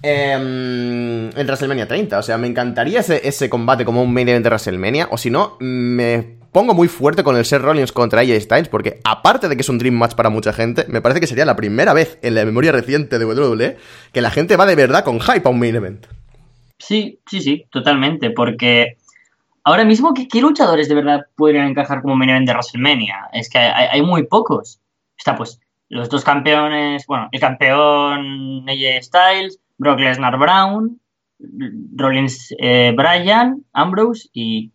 En WrestleMania 30. O sea, me encantaría ese combate como un main event de WrestleMania. O si no, me pongo muy fuerte con el Seth Rollins contra AJ Styles, porque aparte de que es un dream match para mucha gente, me parece que sería la primera vez en la memoria reciente de WWE que la gente va de verdad con hype a un main event. Sí, totalmente, porque ahora mismo, ¿qué luchadores de verdad podrían encajar como main event de WrestleMania? Es que hay muy pocos. Está pues los dos campeones, bueno, el campeón AJ Styles, Brock Lesnar Brown, Rollins Bryan, Ambrose y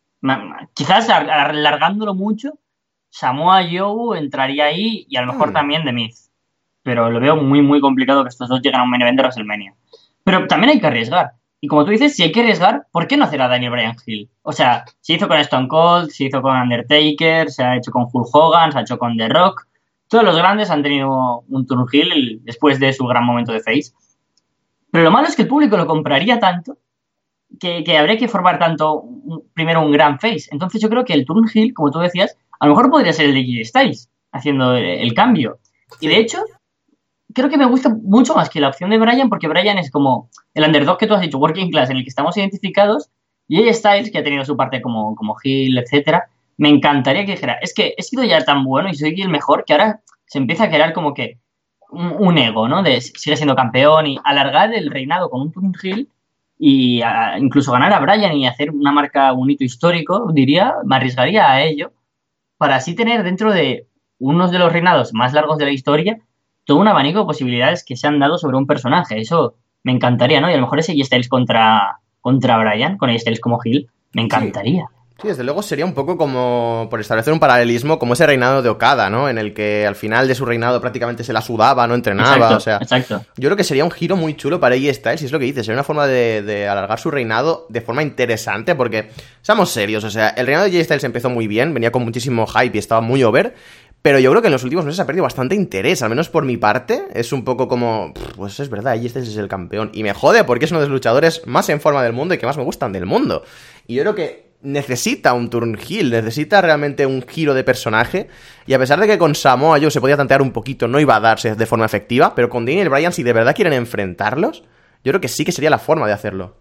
quizás alargándolo mucho, Samoa Joe entraría ahí y a lo mejor también The Miz. Pero lo veo muy, muy complicado que estos dos lleguen a un main event de WrestleMania. Pero también hay que arriesgar. Y como tú dices, si hay que arriesgar, ¿por qué no hacer a Daniel Bryan Hill? O sea, se hizo con Stone Cold, se hizo con Undertaker, se ha hecho con Hulk Hogan, se ha hecho con The Rock. Todos los grandes han tenido un turn heel después de su gran momento de face. Pero lo malo es que el público lo compraría tanto que habría que formar primero un gran face. Entonces yo creo que el turn heel, como tú decías, a lo mejor podría ser el de AJ Styles, haciendo el cambio. Y de hecho, creo que me gusta mucho más que la opción de Bryan, porque Bryan es como el underdog que tú has dicho, working class, en el que estamos identificados, y AJ Styles, que ha tenido su parte como heel, etcétera. Me encantaría que dijera, es que he sido ya tan bueno y soy el mejor, que ahora se empieza a crear como que un ego, ¿no? De sigue siendo campeón y alargar el reinado con un turn heel y incluso ganar a Bryan y hacer una marca, un hito histórico, diría, me arriesgaría a ello, para así tener dentro de unos de los reinados más largos de la historia todo un abanico de posibilidades que se han dado sobre un personaje. Eso me encantaría, ¿no? Y a lo mejor ese Styles contra Bryan, con Styles como heel, me encantaría. Sí, desde luego sería un poco como, por establecer un paralelismo, como ese reinado de Okada, ¿no? En el que al final de su reinado prácticamente se la sudaba, no entrenaba, Exacto. Yo creo que sería un giro muy chulo para AJ Styles, y es lo que dices, sería una forma de alargar su reinado de forma interesante, porque, seamos serios, o sea, el reinado de AJ Styles empezó muy bien, venía con muchísimo hype y estaba muy over, pero yo creo que en los últimos meses ha perdido bastante interés, al menos por mi parte, es un poco como, pues es verdad, AJ Styles es el campeón, y me jode porque es uno de los luchadores más en forma del mundo y que más me gustan del mundo, y yo creo que necesita un turn heel, necesita realmente un giro de personaje, y a pesar de que con Samoa Joe se podía tantear un poquito, no iba a darse de forma efectiva, pero con Daniel Bryan, si de verdad quieren enfrentarlos, yo creo que sí que sería la forma de hacerlo.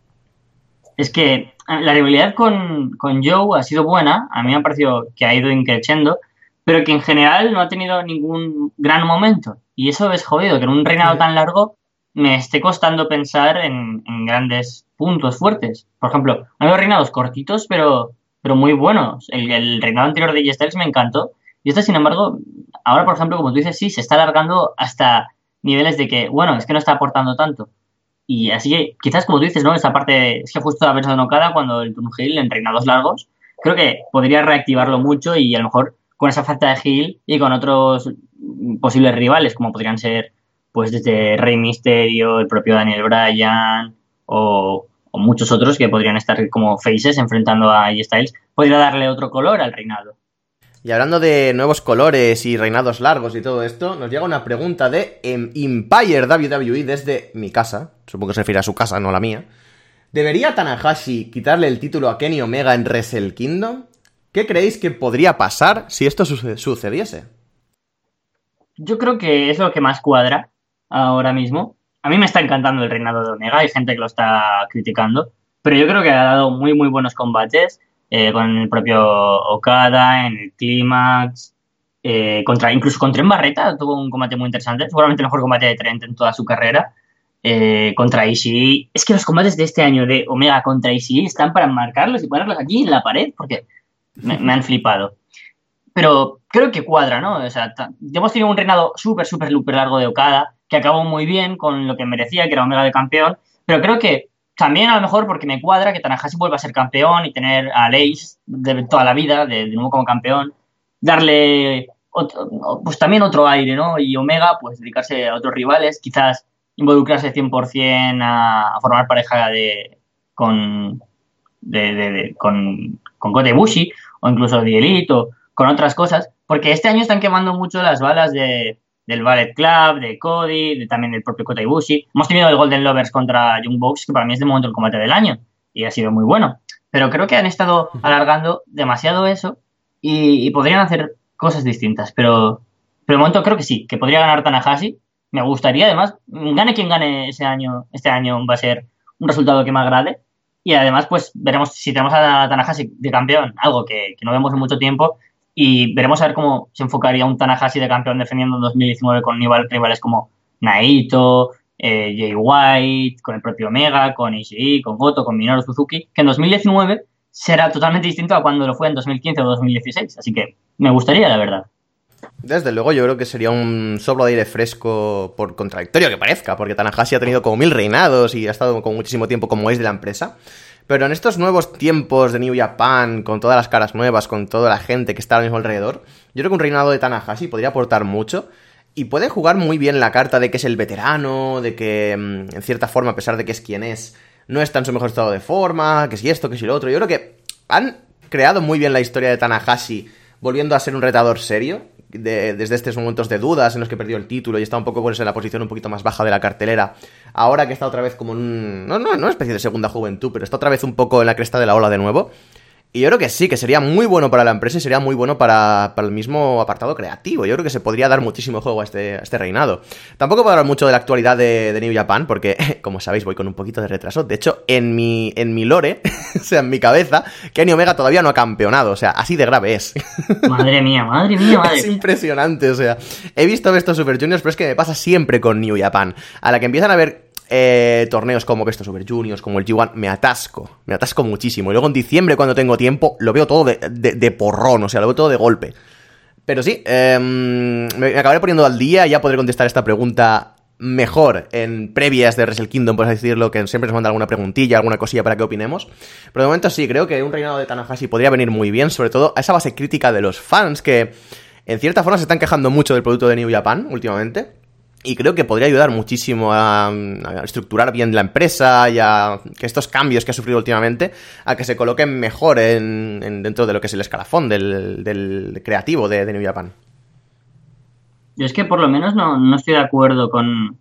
Es que la rivalidad con Joe ha sido buena, a mí me ha parecido que ha ido increciendo, pero que en general no ha tenido ningún gran momento, y eso es jodido, que en un reinado tan largo me esté costando pensar en grandes puntos fuertes. Por ejemplo, han habido reinados cortitos, pero muy buenos. El reinado anterior de AJ Styles me encantó. Y este, sin embargo, ahora, por ejemplo, como tú dices, sí, se está alargando hasta niveles de que, bueno, es que no está aportando tanto. Y así que, quizás, como tú dices, ¿no? Esta parte, es que justo la pensado en Okada cuando el turn heel en reinados largos, creo que podría reactivarlo mucho y a lo mejor con esa falta de heel y con otros posibles rivales, como podrían ser pues desde Rey Mysterio, el propio Daniel Bryan o muchos otros que podrían estar como faces enfrentando a AJ Styles, podría darle otro color al reinado. Y hablando de nuevos colores y reinados largos y todo esto, nos llega una pregunta de Empire WWE desde mi casa, supongo que se refiere a su casa, no a la mía. ¿Debería Tanahashi quitarle el título a Kenny Omega en Wrestle Kingdom? ¿Qué creéis que podría pasar si esto sucediese? Yo creo que es lo que más cuadra ahora mismo. A mí me está encantando el reinado de Omega, hay gente que lo está criticando, pero yo creo que ha dado muy, muy buenos combates con el propio Okada, en el clímax, incluso con Trent Barreta tuvo un combate muy interesante, seguramente el mejor combate de Trent en toda su carrera, contra Ishii. Es que los combates de este año de Omega contra Ishii están para marcarlos y ponerlos aquí en la pared, porque me han flipado. Pero creo que cuadra, ¿no? O sea, hemos tenido un reinado súper, súper, súper largo de Okada, que acabó muy bien con lo que merecía, que era Omega de campeón, pero creo que también a lo mejor porque me cuadra que Tanahashi vuelva a ser campeón y tener a Ace de toda la vida, de nuevo como campeón, darle pues también otro aire, ¿no? Y Omega, pues dedicarse a otros rivales, quizás involucrarse 100% a formar pareja con, con Kota Ibushi, o incluso de Elite, o con otras cosas, porque este año están quemando mucho las balas del Ballet Club, de Cody, también del propio Kota Ibushi. Hemos tenido el Golden Lovers contra Young Bucks, que para mí es de momento el combate del año, y ha sido muy bueno. Pero creo que han estado alargando demasiado eso y podrían hacer cosas distintas, pero de momento creo que sí, que podría ganar Tanahashi. Me gustaría, además, gane quien gane este año va a ser un resultado que me agrade. Y además, pues veremos si tenemos a Tanahashi de campeón, algo que no vemos en mucho tiempo, y veremos a ver cómo se enfocaría un Tanahashi de campeón defendiendo en 2019 con rivales como Naito, Jay White, con el propio Omega, con Ishii, con Goto, con Minoru Suzuki, que en 2019 será totalmente distinto a cuando lo fue en 2015 o 2016. Así que me gustaría, la verdad. Desde luego yo creo que sería un soplo de aire fresco, por contradictorio que parezca, porque Tanahashi ha tenido como 1000 reinados y ha estado con muchísimo tiempo como es de la empresa. Pero en estos nuevos tiempos de New Japan, con todas las caras nuevas, con toda la gente que está ahora mismo alrededor, yo creo que un reinado de Tanahashi podría aportar mucho. Y puede jugar muy bien la carta de que es el veterano, de que en cierta forma, a pesar de que es quien es, no está en su mejor estado de forma, que si esto, que si lo otro. Yo creo que han creado muy bien la historia de Tanahashi, volviendo a ser un retador serio, desde estos momentos de dudas en los que perdió el título y está un poco pues, en la posición un poquito más baja de la cartelera, ahora que está otra vez como en no una especie de segunda juventud, pero está otra vez un poco en la cresta de la ola de nuevo. Y yo creo que sí, que sería muy bueno para la empresa y sería muy bueno para el mismo apartado creativo. Yo creo que se podría dar muchísimo juego a este reinado. Tampoco puedo hablar mucho de la actualidad de New Japan, porque, como sabéis, voy con un poquito de retraso. De hecho, en mi lore, o sea, en mi cabeza, Kenny Omega todavía no ha campeonado. O sea, así de grave es. Madre mía, madre mía, madre. Es impresionante, o sea. He visto estos Super Juniors, pero es que me pasa siempre con New Japan. A la que empiezan a ver torneos como estos Super Juniors, como el G1, me atasco muchísimo. Y luego en diciembre, cuando tengo tiempo, lo veo todo de porrón, o sea, lo veo todo de golpe. Pero sí, me acabaré poniendo al día y ya podré contestar esta pregunta mejor en previas de Wrestle Kingdom, por así decirlo, que siempre nos manda alguna preguntilla, alguna cosilla para que opinemos. Pero de momento sí, creo que un reinado de Tanahashi podría venir muy bien, sobre todo a esa base crítica de los fans que en cierta forma se están quejando mucho del producto de New Japan últimamente. Y creo que podría ayudar muchísimo a estructurar bien la empresa y a que estos cambios que ha sufrido últimamente, a que se coloquen mejor dentro de lo que es el escalafón del creativo de New Japan. Yo es que por lo menos no estoy de acuerdo con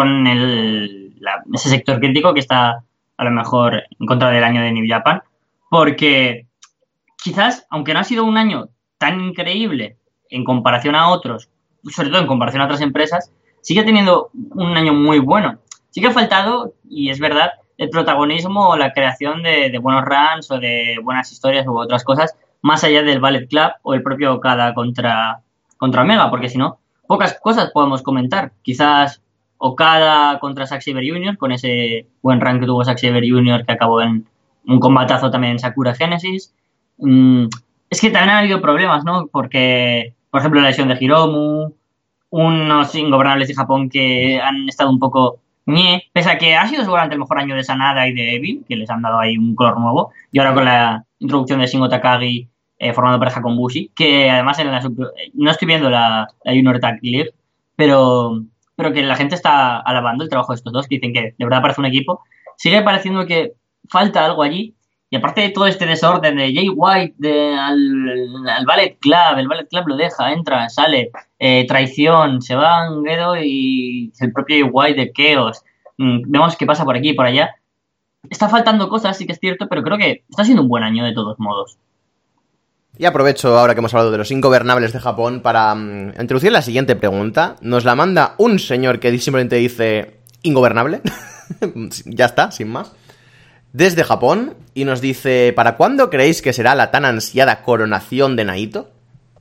ese sector crítico que está a lo mejor en contra del año de New Japan, porque quizás, aunque no ha sido un año tan increíble en comparación a otros, sobre todo en comparación a otras empresas, sigue teniendo un año muy bueno. Sí que ha faltado, y es verdad, el protagonismo o la creación de buenos runs o de buenas historias u otras cosas, más allá del Ballet Club o el propio Okada contra Omega, porque si no, pocas cosas podemos comentar. Quizás Okada contra Zack Sabre Jr., con ese buen run que tuvo Zack Sabre Jr., que acabó en un combatazo también en Sakura Genesis. Es que también han habido problemas, ¿no? Porque, por ejemplo, la lesión de Hiromu, unos ingobernables de Japón que han estado un poco pese a que ha sido seguramente el mejor año de Sanada y de Evil, que les han dado ahí un color nuevo, y ahora con la introducción de Shingo Takagi formando pareja con Bushi, que además no estoy viendo la Junior Tag League, pero que la gente está alabando el trabajo de estos dos, que dicen que de verdad parece un equipo. Sigue pareciendo que falta algo allí. Y aparte de todo este desorden de Jay White al Ballet Club, el Ballet Club lo deja, entra, sale, traición, se van Gedo y el propio Jay White de Chaos. Vemos que pasa por aquí y por allá. Está faltando cosas, sí que es cierto, pero creo que está siendo un buen año de todos modos. Y aprovecho ahora que hemos hablado de los ingobernables de Japón para introducir la siguiente pregunta. Nos la manda un señor que simplemente dice ingobernable. Ya está, sin más. Desde Japón, y nos dice: ¿para cuándo creéis que será la tan ansiada coronación de Naito?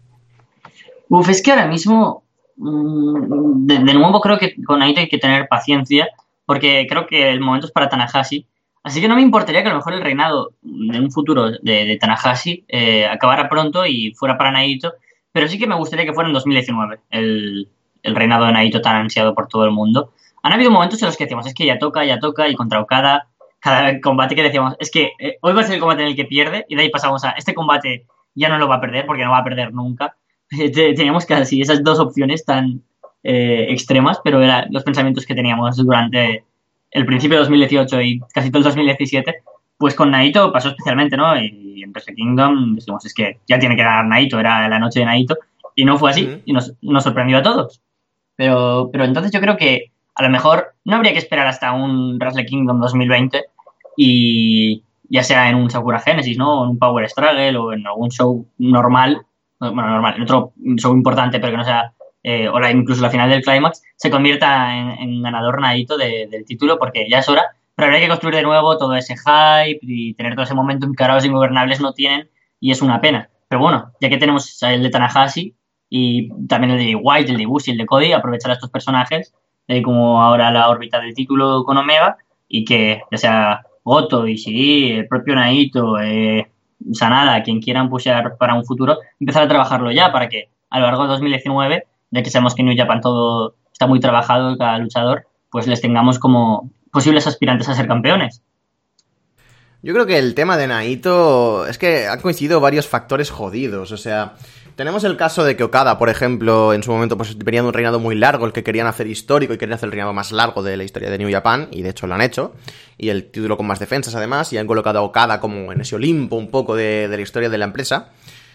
Es que ahora mismo, de nuevo creo que con Naito hay que tener paciencia, porque creo que el momento es para Tanahashi. Así que no me importaría que a lo mejor el reinado de un futuro de Tanahashi acabara pronto y fuera para Naito, pero sí que me gustaría que fuera en 2019, el reinado de Naito tan ansiado por todo el mundo. Han habido momentos en los que decíamos, es que ya toca, y contra Okada, cada combate que decíamos, es que hoy va a ser el combate en el que pierde, y de ahí pasamos a este combate ya no lo va a perder, porque no va a perder nunca. teníamos casi esas dos opciones tan extremas, pero eran los pensamientos que teníamos durante el principio de 2018 y casi todo el 2017. Pues con Naito pasó especialmente, ¿no? Y en Wrestle Kingdom decimos, es que ya tiene que ganar Naito, era la noche de Naito, y no fue así, y nos sorprendió a todos. Pero entonces yo creo que a lo mejor no habría que esperar hasta un Wrestle Kingdom 2020 y ya sea en un Sakura Genesis, ¿no? O en un Power Struggle o en algún show normal, bueno, normal, en otro show importante, pero que no sea, o incluso la final del Climax, se convierta en ganador Naito del título, porque ya es hora, pero habría que construir de nuevo todo ese hype y tener todo ese momento en que ahora los ingobernables no tienen, y es una pena. Pero bueno, ya que tenemos el de Tanahashi y también el de White, el de Ibushi, el de Cody, aprovechar a estos personajes, como ahora la órbita del título con Omega, y que ya sea Goto, Ishii, el propio Naito, Sanada, quien quieran pushear para un futuro, empezar a trabajarlo ya para que a lo largo de 2019, ya que sabemos que en New Japan todo está muy trabajado, cada luchador, pues les tengamos como posibles aspirantes a ser campeones. Yo creo que el tema de Naito es que han coincidido varios factores jodidos, o sea, tenemos el caso de que Okada, por ejemplo, en su momento pues venía de un reinado muy largo, el que querían hacer histórico y querían hacer el reinado más largo de la historia de New Japan, y de hecho lo han hecho, y el título con más defensas además, y han colocado a Okada como en ese Olimpo un poco de la historia de la empresa.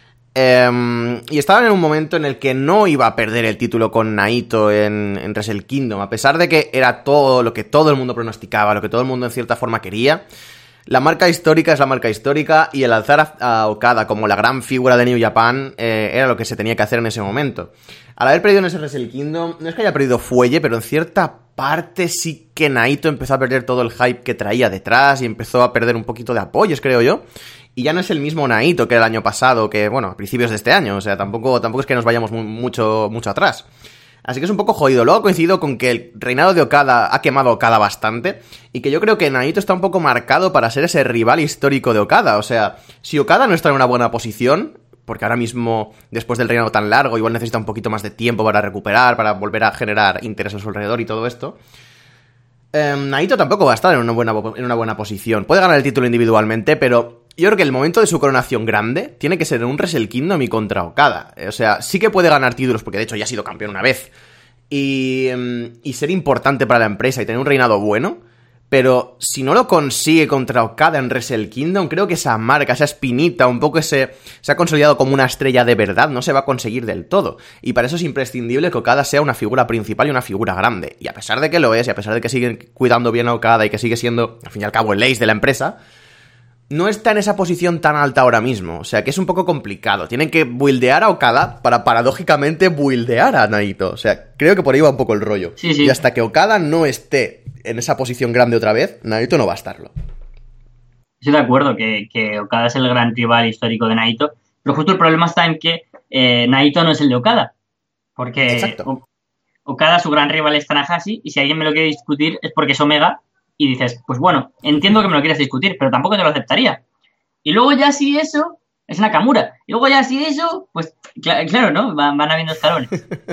Y estaban en un momento en el que no iba a perder el título con Naito en Wrestle Kingdom, a pesar de que era todo lo que todo el mundo pronosticaba, lo que todo el mundo en cierta forma quería. La marca histórica es la marca histórica, y el alzar a Okada como la gran figura de New Japan era lo que se tenía que hacer en ese momento. Al haber perdido en ese Wrestle Kingdom, no es que haya perdido fuelle, pero en cierta parte sí que Naito empezó a perder todo el hype que traía detrás y empezó a perder un poquito de apoyos, creo yo. Y ya no es el mismo Naito que el año pasado, que, bueno, a principios de este año, o sea, tampoco es que nos vayamos mucho atrás. Así que es un poco jodido. Luego ha coincidido con que el reinado de Okada ha quemado a Okada bastante, y que yo creo que Naito está un poco marcado para ser ese rival histórico de Okada. O sea, si Okada no está en una buena posición, porque ahora mismo, después del reinado tan largo, igual necesita un poquito más de tiempo para recuperar, para volver a generar interés a su alrededor y todo esto, Naito tampoco va a estar en una buena posición. Puede ganar el título individualmente, pero yo creo que el momento de su coronación grande tiene que ser en un Wrestle Kingdom y contra Okada. O sea, sí que puede ganar títulos, porque de hecho ya ha sido campeón una vez, y ser importante para la empresa y tener un reinado bueno, pero si no lo consigue contra Okada en Wrestle Kingdom, creo que esa marca, esa espinita, un poco se ha consolidado como una estrella de verdad, no se va a conseguir del todo. Y para eso es imprescindible que Okada sea una figura principal y una figura grande. Y a pesar de que lo es, y a pesar de que siguen cuidando bien a Okada y que sigue siendo, al fin y al cabo, el ace de la empresa, no está en esa posición tan alta ahora mismo. O sea, que es un poco complicado. Tienen que buildear a Okada para, paradójicamente, buildear a Naito. O sea, creo que por ahí va un poco el rollo. Sí. Y hasta que Okada no esté en esa posición grande otra vez, Naito no va a estarlo. Estoy de acuerdo que Okada es el gran rival histórico de Naito, pero justo el problema está en que Naito no es el de Okada. Porque Okada, su gran rival es Tanahashi, y si alguien me lo quiere discutir es porque es Omega, y dices, pues bueno, entiendo que me lo quieras discutir, pero tampoco te lo aceptaría. Y luego ya si eso, es Nakamura. Y luego ya si eso, pues claro, ¿no? Van habiendo escalones.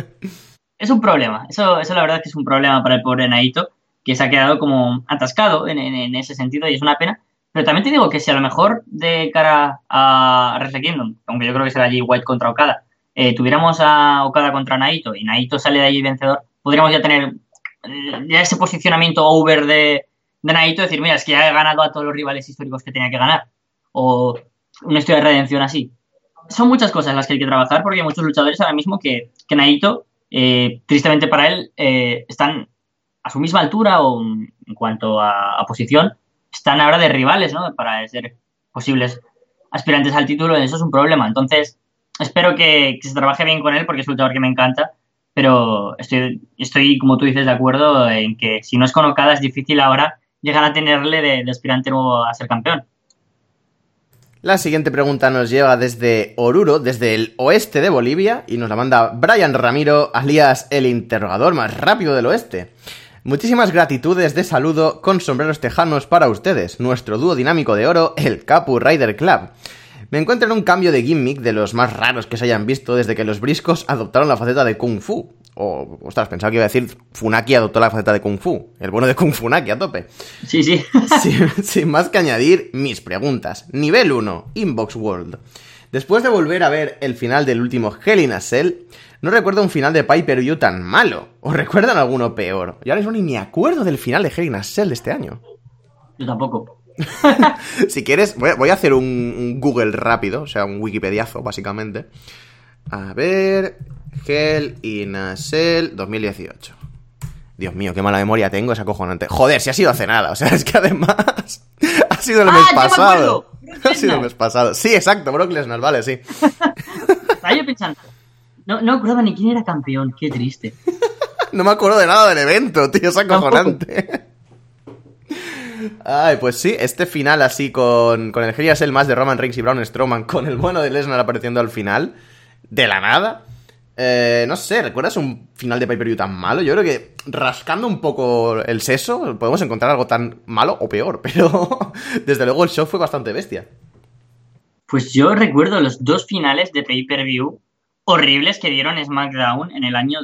Es un problema. Eso la verdad es que es un problema para el pobre Naito, que se ha quedado como atascado en ese sentido, y es una pena. Pero también te digo que si a lo mejor de cara a Wrestle Kingdom, aunque yo creo que será allí White contra Okada, tuviéramos a Okada contra Naito y Naito sale de allí vencedor, podríamos ya tener ya ese posicionamiento over de Naito, decir, mira, es que ya he ganado a todos los rivales históricos que tenía que ganar, o una historia de redención así. Son muchas cosas las que hay que trabajar, porque hay muchos luchadores ahora mismo que Naito, tristemente para él, están a su misma altura, o en cuanto a posición, están ahora de rivales, ¿no? Para ser posibles aspirantes al título. Eso es un problema. Entonces, espero que se trabaje bien con él, porque es un luchador que me encanta, pero estoy, como tú dices, de acuerdo en que si no es con Okada es difícil ahora llegar a tenerle de aspirante nuevo a ser campeón. La siguiente pregunta nos lleva desde Oruro, desde el oeste de Bolivia, y nos la manda Brian Ramiro, alias el interrogador más rápido del oeste. Muchísimas gratitudes de saludo con sombreros tejanos para ustedes, nuestro dúo dinámico de oro, el Kapu Rider Club. Me encuentro en un cambio de gimmick de los más raros que se hayan visto desde que los briscos adoptaron la faceta de Kung Fu. Ostras, pensaba que iba a decir Funaki adoptó la faceta de Kung Fu. El bueno de Kung Funaki a tope. Sí. Sin más que añadir, mis preguntas. Nivel 1, Inbox World. Después de volver a ver el final del último Hell in a Cell, no recuerdo un final de Pay-Per-View tan malo. ¿Os recuerdan alguno peor? Yo ahora mismo ni me acuerdo del final de Hell in a Cell de este año. Yo tampoco. Si quieres, voy a hacer un Google rápido, o sea, un Wikipediazo, básicamente. A ver... Hell in a Cell 2018. Dios mío, qué mala memoria tengo, es acojonante. Joder, si ha sido hace nada, o sea, es que además... ha sido el mes pasado. Ha sido el mes pasado. Sí, exacto, Brock Lesnar, vale, sí. Estaba yo pensando... No me acordaba ni quién era campeón, qué triste. No me acuerdo de nada del evento, tío, es acojonante. Ay, pues sí, este final así con el Hell in a Cell más de Roman Reigns y Braun Strowman, con el bueno de Lesnar apareciendo al final, de la nada. No sé, ¿recuerdas un final de pay-per-view tan malo? Yo creo que rascando un poco el seso podemos encontrar algo tan malo o peor, pero desde luego el show fue bastante bestia. Pues yo recuerdo los 2 finales de pay-per-view horribles que dieron SmackDown en el año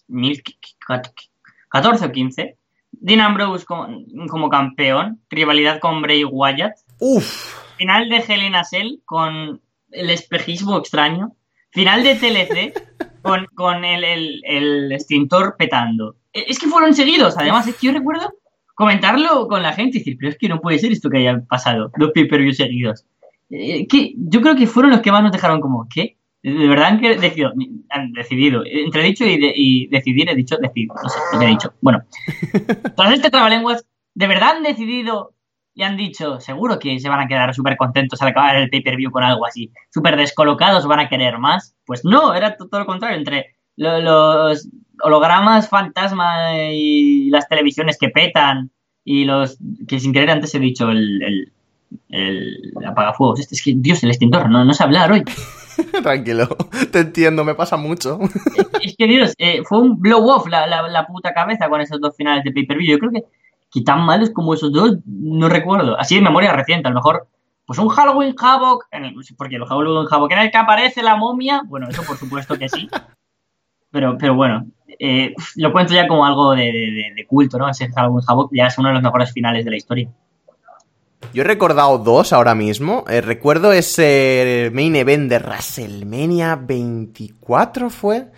2014 o 15. Dean Ambrose como campeón, rivalidad con Bray Wyatt. Uf. Final de Hell in a Cell con el espejismo extraño. Final de TLC con el extintor petando. Es que fueron seguidos, además. Es que yo recuerdo comentarlo con la gente y decir, pero es que no puede ser esto que haya pasado, 2 pay-per-views seguidos. Que yo creo que fueron los que más nos dejaron como, ¿qué? De verdad han decidido. Entre dicho y decidir, he dicho, decidir. No sé lo que he dicho. Bueno, tras este trabalenguas, ¿de verdad han decidido y han dicho, seguro que se van a quedar súper contentos al acabar el pay-per-view con algo así? Súper descolocados, van a querer más. Pues no, era todo lo contrario. Entre los hologramas fantasma y las televisiones que petan y los que sin querer antes he dicho el apagafuegos. Es que, Dios, el extintor, no sé hablar hoy. Tranquilo, te entiendo, me pasa mucho. Es que, Dios, fue un blow-off la puta cabeza con esos 2 finales de pay-per-view. Yo creo que tan malos como esos 2, no recuerdo. Así de memoria reciente, a lo mejor, pues un Halloween Havoc, porque el Halloween Havoc en el que aparece la momia, bueno, eso por supuesto que sí. Pero bueno, lo cuento ya como algo de culto, ¿no? Ese Halloween Havoc ya es uno de los mejores finales de la historia. Yo he recordado 2 ahora mismo. Recuerdo ese main event de WrestleMania 24, ¿fue?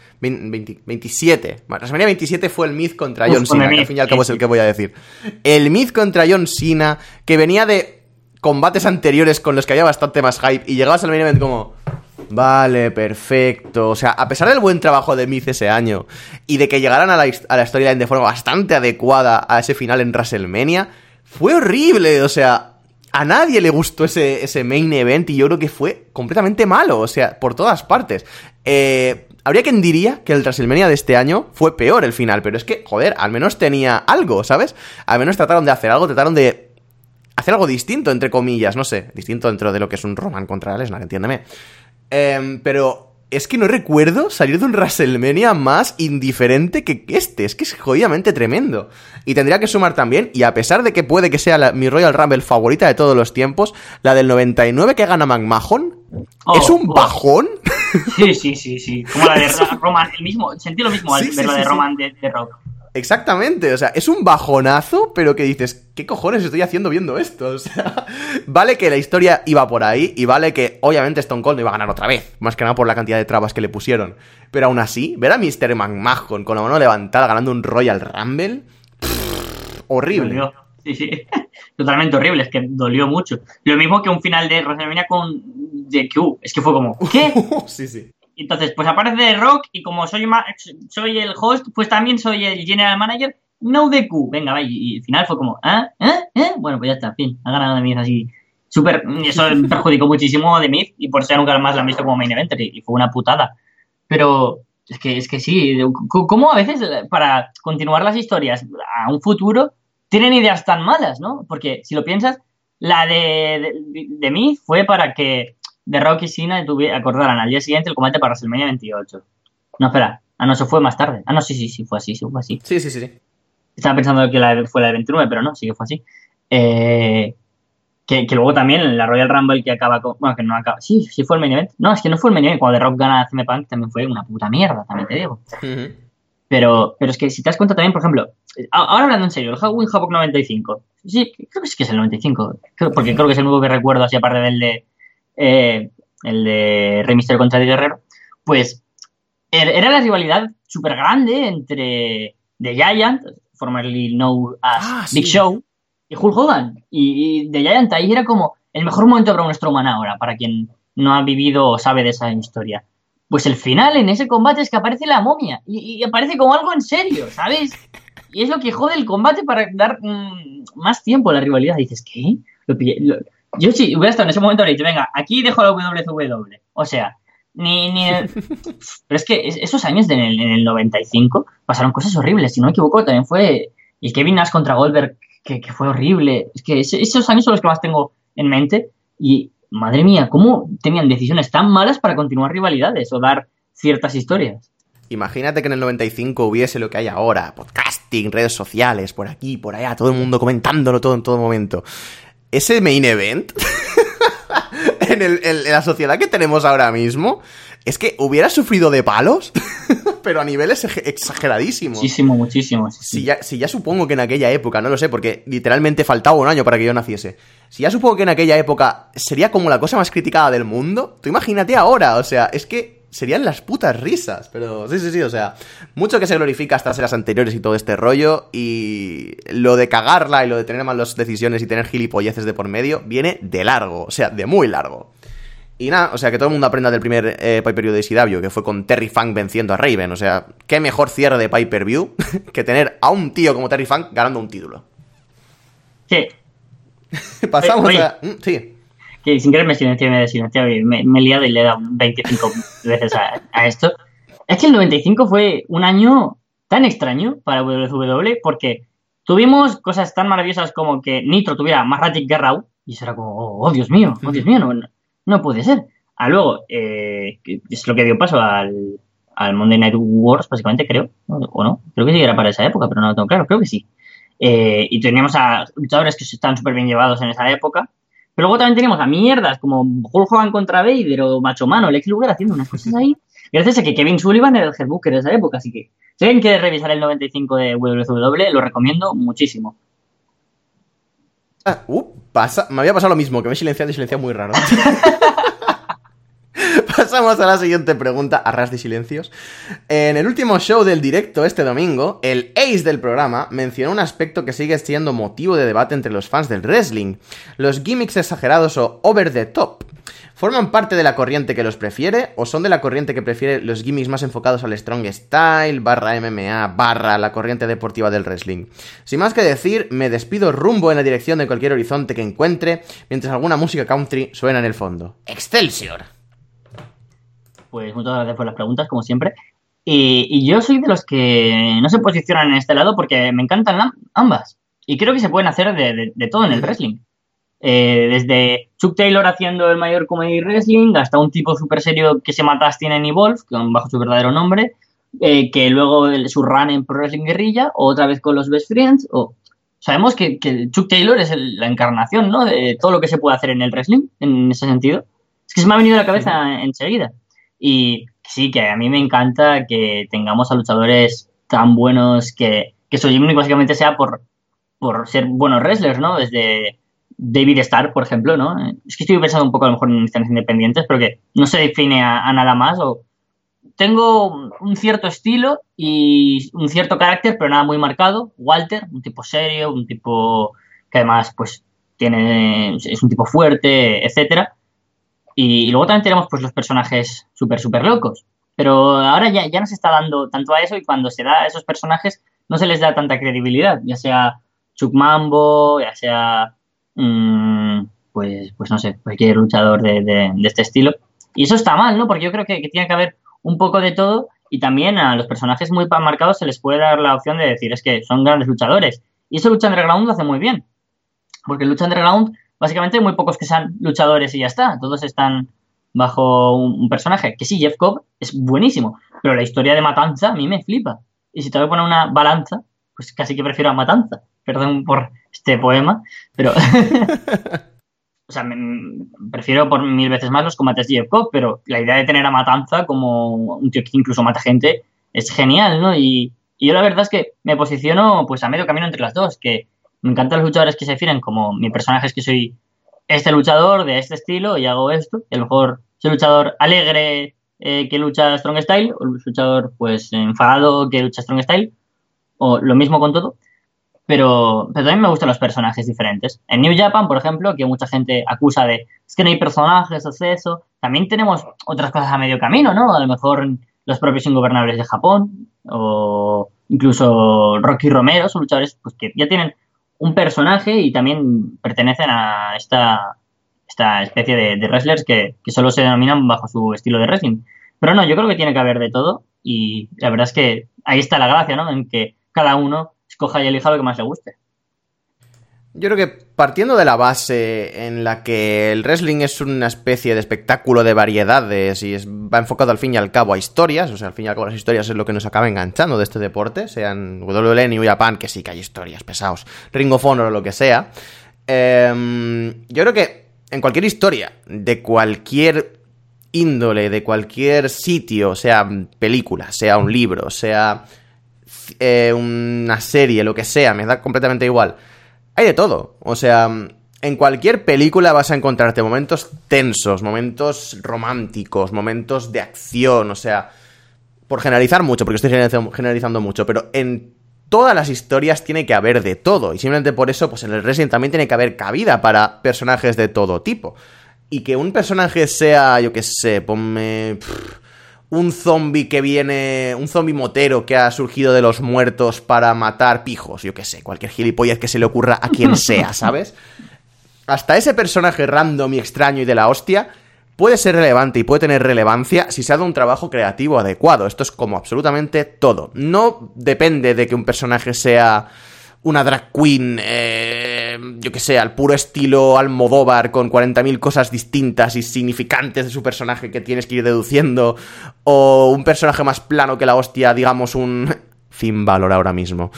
27. WrestleMania 27 fue el Miz contra John Cena, que al fin y al cabo es el que voy a decir. El Miz contra John Cena, que venía de combates anteriores con los que había bastante más hype, y llegabas al main event como... Vale, perfecto. O sea, a pesar del buen trabajo de Miz ese año, y de que llegaran a la storyline de forma bastante adecuada a ese final en WrestleMania... Fue horrible, o sea, a nadie le gustó ese main event y yo creo que fue completamente malo, o sea, por todas partes. Habría quien diría que el WrestleMania de este año fue peor el final, pero es que, joder, al menos tenía algo, ¿sabes? Al menos trataron de hacer algo, trataron de hacer algo distinto, entre comillas, no sé, distinto dentro de lo que es un Roman contra Lesnar, entiéndeme. Pero... es que no recuerdo salir de un WrestleMania más indiferente que este. Es que es jodidamente tremendo. Y tendría que sumar también, y a pesar de que puede que sea mi Royal Rumble favorita de todos los tiempos, la del 99 que gana McMahon, ¿es un bajón? Sí. Como la de Roman, sentí lo mismo al ver la de Roman de Rock. Exactamente, o sea, es un bajonazo, pero que dices, ¿qué cojones estoy haciendo viendo esto? O sea, vale que la historia iba por ahí, y vale que obviamente Stone Cold no iba a ganar otra vez, más que nada por la cantidad de trabas que le pusieron. Pero aún así, ver a Mr. McMahon con la mano levantada ganando un Royal Rumble, horrible. Dolió. Sí, totalmente horrible, es que dolió mucho. Lo mismo que un final de WrestleMania con DQ, es que fue como, ¿qué? Sí. Entonces, pues aparece Rock y como soy el host, pues también soy el general manager, no DQ. Venga, va, y el final fue como, Bueno, pues ya está, en fin, ha ganado The Miz así. Súper, eso perjudicó muchísimo a The Miz y por eso nunca más la han visto como main eventer y fue una putada. Pero es que sí, ¿cómo a veces para continuar las historias a un futuro tienen ideas tan malas, ¿no? Porque si lo piensas, la de Miz fue para que The Rock y Cena acordaran al día siguiente el combate para WrestleMania 28. No, espera. No, eso fue más tarde. No, sí, fue así. Sí. Estaba pensando que fue la de 29, pero no, sí que fue así. Que luego también la Royal Rumble que acaba con... Bueno, que no acaba... Sí, fue el main event. No, es que no fue el main event. Cuando The Rock gana a CM Punk también fue una puta mierda, también te digo. Uh-huh. Pero es que si te das cuenta también, por ejemplo... Ahora hablando en serio, el Halloween Havoc 95. Sí, creo que sí que es el 95. Porque creo que es el nuevo que recuerdo, así aparte del de... el de Rey Mysterio contra Eddie Guerrero, pues era la rivalidad súper grande entre The Giant, formerly known as Big Show, y Hulk Hogan. Y The Giant ahí era como el mejor momento para un Strowman ahora, para quien no ha vivido o sabe de esa historia. Pues el final en ese combate es que aparece la momia y aparece como algo en serio, ¿sabes? Y es lo que jode el combate para dar más tiempo a la rivalidad. Y dices, ¿qué? Yo sí hubiera estado en ese momento, le he dicho, venga, aquí dejo la WWE. O sea, pero es que esos años en el 95 pasaron cosas horribles. Si no me equivoco, también fue el Kevin Nash contra Goldberg, que fue horrible. Es que esos años son los que más tengo en mente. Y, madre mía, ¿cómo tenían decisiones tan malas para continuar rivalidades o dar ciertas historias? Imagínate que en el 95 hubiese lo que hay ahora, podcasting, redes sociales, por aquí, por allá, todo el mundo comentándolo todo en todo momento. Ese main event, en la sociedad que tenemos ahora mismo, es que hubiera sufrido de palos, pero a niveles exageradísimos. Muchísimo. Si ya supongo que en aquella época, no lo sé, porque literalmente faltaba un año para que yo naciese. Si ya supongo que en aquella época sería como la cosa más criticada del mundo, tú imagínate ahora, o sea, es que serían las putas risas, pero sí, o sea, mucho que se glorifica estas eras anteriores y todo este rollo, y lo de cagarla y lo de tener malas decisiones y tener gilipolleces de por medio viene de largo, o sea, de muy largo. Y nada, o sea, que todo el mundo aprenda del primer pay-per-view de ECW, que fue con Terry Funk venciendo a Raven, o sea, qué mejor cierre de pay-per-view que tener a un tío como Terry Funk ganando un título. Sí. Pasamos a... Sí. Que sin querer me he silenciado y me he liado y le he dado 25 veces a esto. Es que el 95 fue un año tan extraño para WWE porque tuvimos cosas tan maravillosas como que Nitro tuviera más rating que Raw y eso era como, oh Dios mío, no puede ser. Luego, es lo que dio paso al Monday Night Wars, básicamente, creo, o no, creo que sí era para esa época, pero no lo tengo claro, creo que sí. Y teníamos a luchadores que están súper bien llevados en esa época. Pero luego también teníamos a mierdas como Hulk Hogan contra Vader o Macho Man o Lex Luger haciendo unas cosas ahí. Gracias a que Kevin Sullivan era el headbooker de esa época. Así que si alguien quiere revisar el 95 de WWE, lo recomiendo muchísimo. Me había pasado lo mismo, que me he silenciado muy raro. Pasamos a la siguiente pregunta, a ras de silencios. En el último show del directo este domingo, el ace del programa mencionó un aspecto que sigue siendo motivo de debate entre los fans del wrestling: los gimmicks exagerados o over the top. ¿Forman parte de la corriente que los prefiere o son de la corriente que prefiere los gimmicks más enfocados al strong style, /MMA, la corriente deportiva del wrestling? Sin más que decir, me despido rumbo en la dirección de cualquier horizonte que encuentre, mientras alguna música country suena en el fondo. ¡Excelsior! Pues muchas gracias por las preguntas, como siempre. Y yo soy de los que no se posicionan en este lado porque me encantan ambas. Y creo que se pueden hacer de todo en el wrestling. Desde Chuck Taylor haciendo el mayor comedy wrestling hasta un tipo súper serio que se llama Dustin and Evolve, bajo su verdadero nombre, que luego su run en Pro Wrestling Guerrilla, o otra vez con los Best Friends. Sabemos que Chuck Taylor es la encarnación, ¿no?, de todo lo que se puede hacer en el wrestling, en ese sentido. Es que se me ha venido a la cabeza enseguida. Y sí, que a mí me encanta que tengamos a luchadores tan buenos que su gimmick básicamente sea por ser buenos wrestlers, ¿no? Desde David Starr, por ejemplo, ¿no? Es que estoy pensando un poco a lo mejor en escenas independientes, pero que no se define a nada más. O tengo un cierto estilo y un cierto carácter, pero nada muy marcado. Walter, un tipo serio, un tipo que además pues es un tipo fuerte, etcétera. Y luego también tenemos pues los personajes súper locos. Pero ahora ya no se está dando tanto a eso, y cuando se da a esos personajes no se les da tanta credibilidad, ya sea Chuck Mambo, ya sea pues no sé, cualquier luchador de este estilo. Y eso está mal, ¿no? Porque yo creo que tiene que haber un poco de todo, y también a los personajes muy marcados se les puede dar la opción de decir, es que son grandes luchadores. Y eso Lucha Underground lo hace muy bien. Porque Lucha Underground básicamente hay muy pocos que sean luchadores y ya está. Todos están bajo un personaje. Que sí, Jeff Cobb es buenísimo, pero la historia de Matanza a mí me flipa. Y si te voy a poner una balanza, pues casi que prefiero a Matanza. Perdón por este poema, pero... o sea, prefiero por 1000 veces más los combates de Jeff Cobb, pero la idea de tener a Matanza como un tío que incluso mata gente es genial, ¿no? Y yo la verdad es que me posiciono pues a medio camino entre las dos, que me encantan los luchadores que se definen como mi personaje es que soy este luchador de este estilo y hago esto. Y a lo mejor soy luchador alegre que lucha Strong Style, o luchador pues enfadado que lucha Strong Style, o lo mismo con todo. Pero también me gustan los personajes diferentes. En New Japan, por ejemplo, que mucha gente acusa de es que no hay personajes, es eso. También tenemos otras cosas a medio camino, ¿no? A lo mejor los propios Ingobernables de Japón, o incluso Rocky Romero, son luchadores pues, que ya tienen un personaje y también pertenecen a esta especie de wrestlers que solo se denominan bajo su estilo de wrestling. Pero no, yo creo que tiene que haber de todo y la verdad es que ahí está la gracia, ¿no? En que cada uno escoja y elija lo que más le guste. Yo creo que partiendo de la base en la que el wrestling es una especie de espectáculo de variedades y va enfocado al fin y al cabo a historias, o sea, al fin y al cabo las historias es lo que nos acaba enganchando de este deporte, sean WWE, New Japan, que sí que hay historias, pesados, Ring of Honor o lo que sea. Yo creo que en cualquier historia, de cualquier índole, de cualquier sitio, sea película, sea un libro, sea una serie, lo que sea, me da completamente igual. Hay de todo, o sea, en cualquier película vas a encontrarte momentos tensos, momentos románticos, momentos de acción, o sea, por generalizar mucho, porque estoy generalizando mucho, pero en todas las historias tiene que haber de todo, y simplemente por eso, pues en el wrestling también tiene que haber cabida para personajes de todo tipo. Y que un personaje sea, yo qué sé, ponme un zombie que viene, un zombie motero que ha surgido de los muertos para matar pijos, yo qué sé, cualquier gilipollas que se le ocurra a quien sea, ¿sabes? Hasta ese personaje random y extraño y de la hostia puede ser relevante y puede tener relevancia si se ha dado un trabajo creativo adecuado. Esto es como absolutamente todo. No depende de que un personaje sea una drag queen, yo que sé, al puro estilo Almodóvar, con 40.000 cosas distintas y significantes de su personaje que tienes que ir deduciendo, o un personaje más plano que la hostia, digamos un Finn Balor ahora mismo.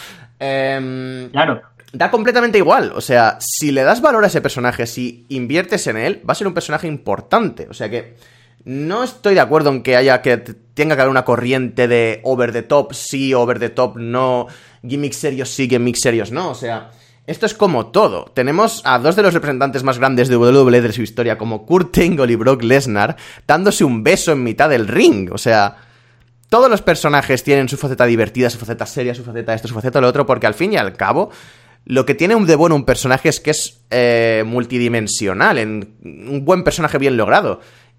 Claro. Da completamente igual, o sea, si le das valor a ese personaje, si inviertes en él, va a ser un personaje importante, o sea que no estoy de acuerdo en que tenga que haber una corriente de over the top sí, over the top no, gimmicks serios sí, gimmicks serios no, o sea, esto es como todo. Tenemos a dos de los representantes más grandes de WWE de su historia, como Kurt Angle y Brock Lesnar, dándose un beso en mitad del ring, o sea, todos los personajes tienen su faceta divertida, su faceta seria, su faceta esto, su faceta lo otro, porque al fin y al cabo lo que tiene de bueno un personaje es que es multidimensional, un buen personaje bien logrado.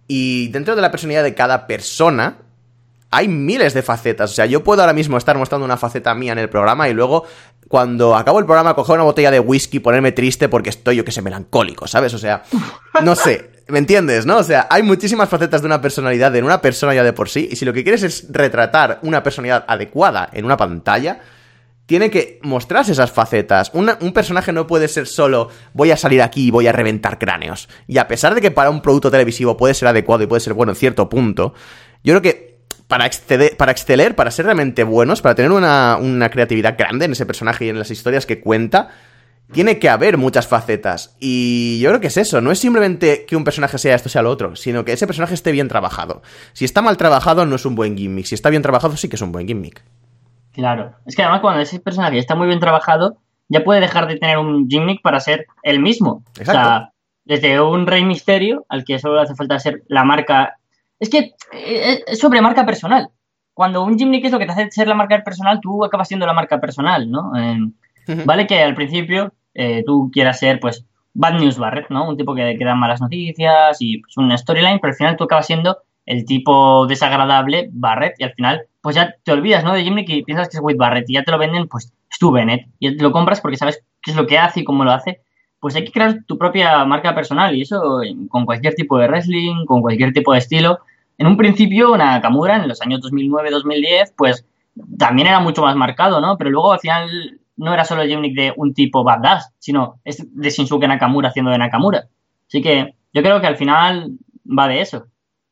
Y dentro de la personalidad de cada persona hay miles de facetas. O sea, yo puedo ahora mismo estar mostrando una faceta mía en el programa y luego, cuando acabo el programa, coger una botella de whisky y ponerme triste porque estoy, yo que sé, melancólico, ¿sabes? O sea, no sé, ¿me entiendes, no? O sea, hay muchísimas facetas de una personalidad en una persona ya de por sí, y si lo que quieres es retratar una personalidad adecuada en una pantalla, tiene que mostrarse esas facetas. Un personaje no puede ser solo voy a salir aquí y voy a reventar cráneos. Y a pesar de que para un producto televisivo puede ser adecuado y puede ser bueno en cierto punto, yo creo que para exceler, para ser realmente buenos, para tener una creatividad grande en ese personaje y en las historias que cuenta, tiene que haber muchas facetas. Y yo creo que es eso, no es simplemente que un personaje sea esto, sea lo otro, sino que ese personaje esté bien trabajado. Si está mal trabajado, no es un buen gimmick. Si está bien trabajado, sí que es un buen gimmick. Claro. Es que además cuando ese personaje está muy bien trabajado, ya puede dejar de tener un gimmick para ser el mismo. Exacto. O sea, desde un Rey Misterio, al que solo hace falta ser la marca... Es que es sobre marca personal. Cuando un gimmick es lo que te hace ser la marca personal, tú acabas siendo la marca personal, ¿no? Vale que al principio tú quieras ser, pues, Bad News Barrett, ¿no? Un tipo que da malas noticias y pues, una storyline, pero al final tú acabas siendo el tipo desagradable Barrett y al final pues ya te olvidas, ¿no? De gimmick y piensas que es Wade Barrett y ya te lo venden, pues es tu Bennett y te lo compras porque sabes qué es lo que hace y cómo lo hace. Pues hay que crear tu propia marca personal y eso con cualquier tipo de wrestling, con cualquier tipo de estilo. En un principio Nakamura en los años 2009-2010 pues también era mucho más marcado, ¿no? Pero luego al final no era solo el gimmick de un tipo badass, sino es de Shinsuke Nakamura haciendo de Nakamura. Así que yo creo que al final va de eso.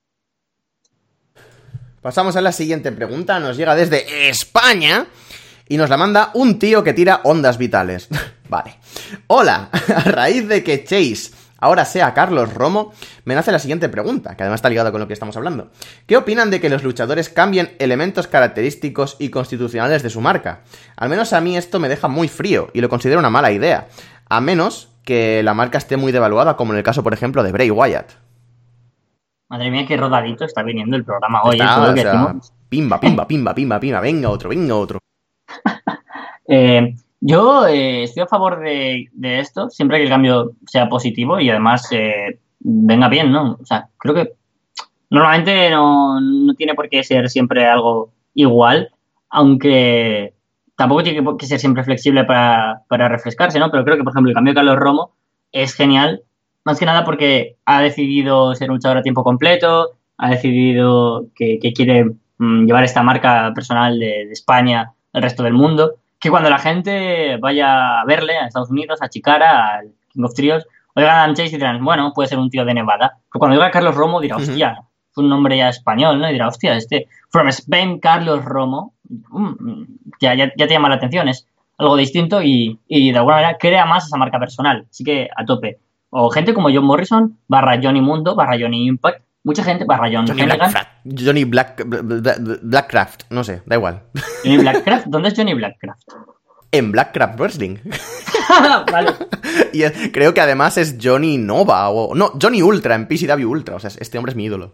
Pasamos a la siguiente pregunta. Nos llega desde España y nos la manda un tío que tira ondas vitales. Vale. Hola, a raíz de que Chase ahora sea Carlos Romo, me nace la siguiente pregunta, que además está ligada con lo que estamos hablando. ¿Qué opinan de que los luchadores cambien elementos característicos y constitucionales de su marca? Al menos a mí esto me deja muy frío y lo considero una mala idea. A menos que la marca esté muy devaluada, como en el caso, por ejemplo, de Bray Wyatt. Madre mía, qué rodadito está viniendo el programa hoy. Está, Todo lo que o sea, decimos. pimba, pimba, pimba, pimba, pimba, venga otro. Yo estoy a favor de esto, siempre que el cambio sea positivo y además venga bien, ¿no? O sea, creo que normalmente no tiene por qué ser siempre algo igual, aunque tampoco tiene que ser siempre flexible para refrescarse, ¿no? Pero creo que, por ejemplo, el cambio de Carlos Romo es genial, más que nada porque ha decidido ser luchador a tiempo completo, ha decidido que quiere llevar esta marca personal de España al resto del mundo, que cuando la gente vaya a verle a Estados Unidos, a Chicara, al King of Trios, oigan a Adam Chase y dirán, bueno, puede ser un tío de Nevada. Pero cuando oiga a Carlos Romo dirá, hostia, es un nombre ya español, ¿no? Y dirá, hostia, From Spain, Carlos Romo, ya te llama la atención, es algo distinto y de alguna manera crea más esa marca personal. Así que a tope. O gente como John Morrison, / Johnny Mundo, / Johnny Impact, mucha gente, / John Hennigan. Johnny Blackcraft, no sé, da igual. Johnny Blackcraft, ¿dónde es Johnny Blackcraft? En Blackcraft Wrestling. Vale. Y creo que además es Johnny Nova, no, Johnny Ultra en PCW Ultra, o sea, este hombre es mi ídolo.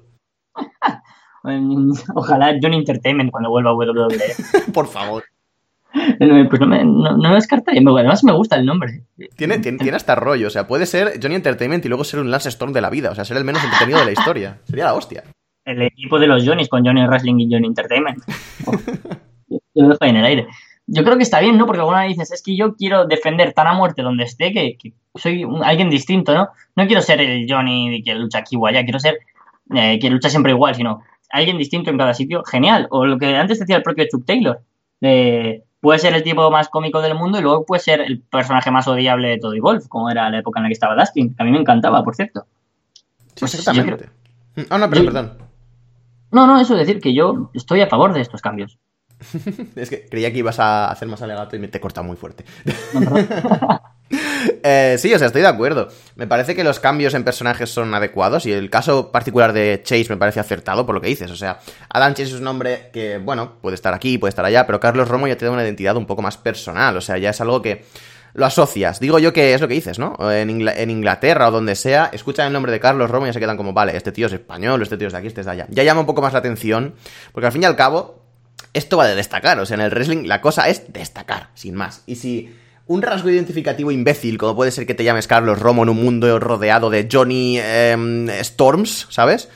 Ojalá Johnny Entertainment cuando vuelva a WWE. Por favor. Pues no me descartaría. Además me gusta el nombre. Tiene hasta rollo. O sea, puede ser Johnny Entertainment y luego ser un Lance Storm de la vida. O sea, ser el menos entretenido de la historia. Sería la hostia. El equipo de los Johnnys con Johnny Wrestling y Johnny Entertainment. Yo lo dejo ahí en el aire. Yo creo que está bien, ¿no? Porque alguna vez dices, es que yo quiero defender tan a muerte donde esté que soy alguien distinto, ¿no? No quiero ser el Johnny que lucha aquí o allá. Quiero ser que lucha siempre igual, sino alguien distinto en cada sitio. Genial. O lo que antes decía el propio Chuck Taylor. Puede ser el tipo más cómico del mundo y luego puede ser el personaje más odiable de todo y golf, como era la época en la que estaba Dustin, que a mí me encantaba, por cierto. Pues exactamente. No, perdón. No, eso es decir que yo estoy a favor de estos cambios. Es que creía que ibas a hacer más alegato y me te he cortado muy fuerte. Sí, o sea, estoy de acuerdo. Me parece que los cambios en personajes son adecuados y el caso particular de Chase me parece acertado por lo que dices. O sea, Adam Chase es un hombre que, bueno, puede estar aquí, puede estar allá, pero Carlos Romo ya te da una identidad un poco más personal. O sea, ya es algo que lo asocias. Digo yo que es lo que dices, ¿no? En Inglaterra o donde sea, escuchan el nombre de Carlos Romo y ya se quedan como, vale, este tío es español, este tío es de aquí, este es de allá. Ya llama un poco más la atención, porque al fin y al cabo, esto va de destacar. O sea, en el wrestling la cosa es destacar, sin más. Y si un rasgo identificativo imbécil, como puede ser que te llames Carlos Romo en un mundo rodeado de Johnny Storms, ¿sabes?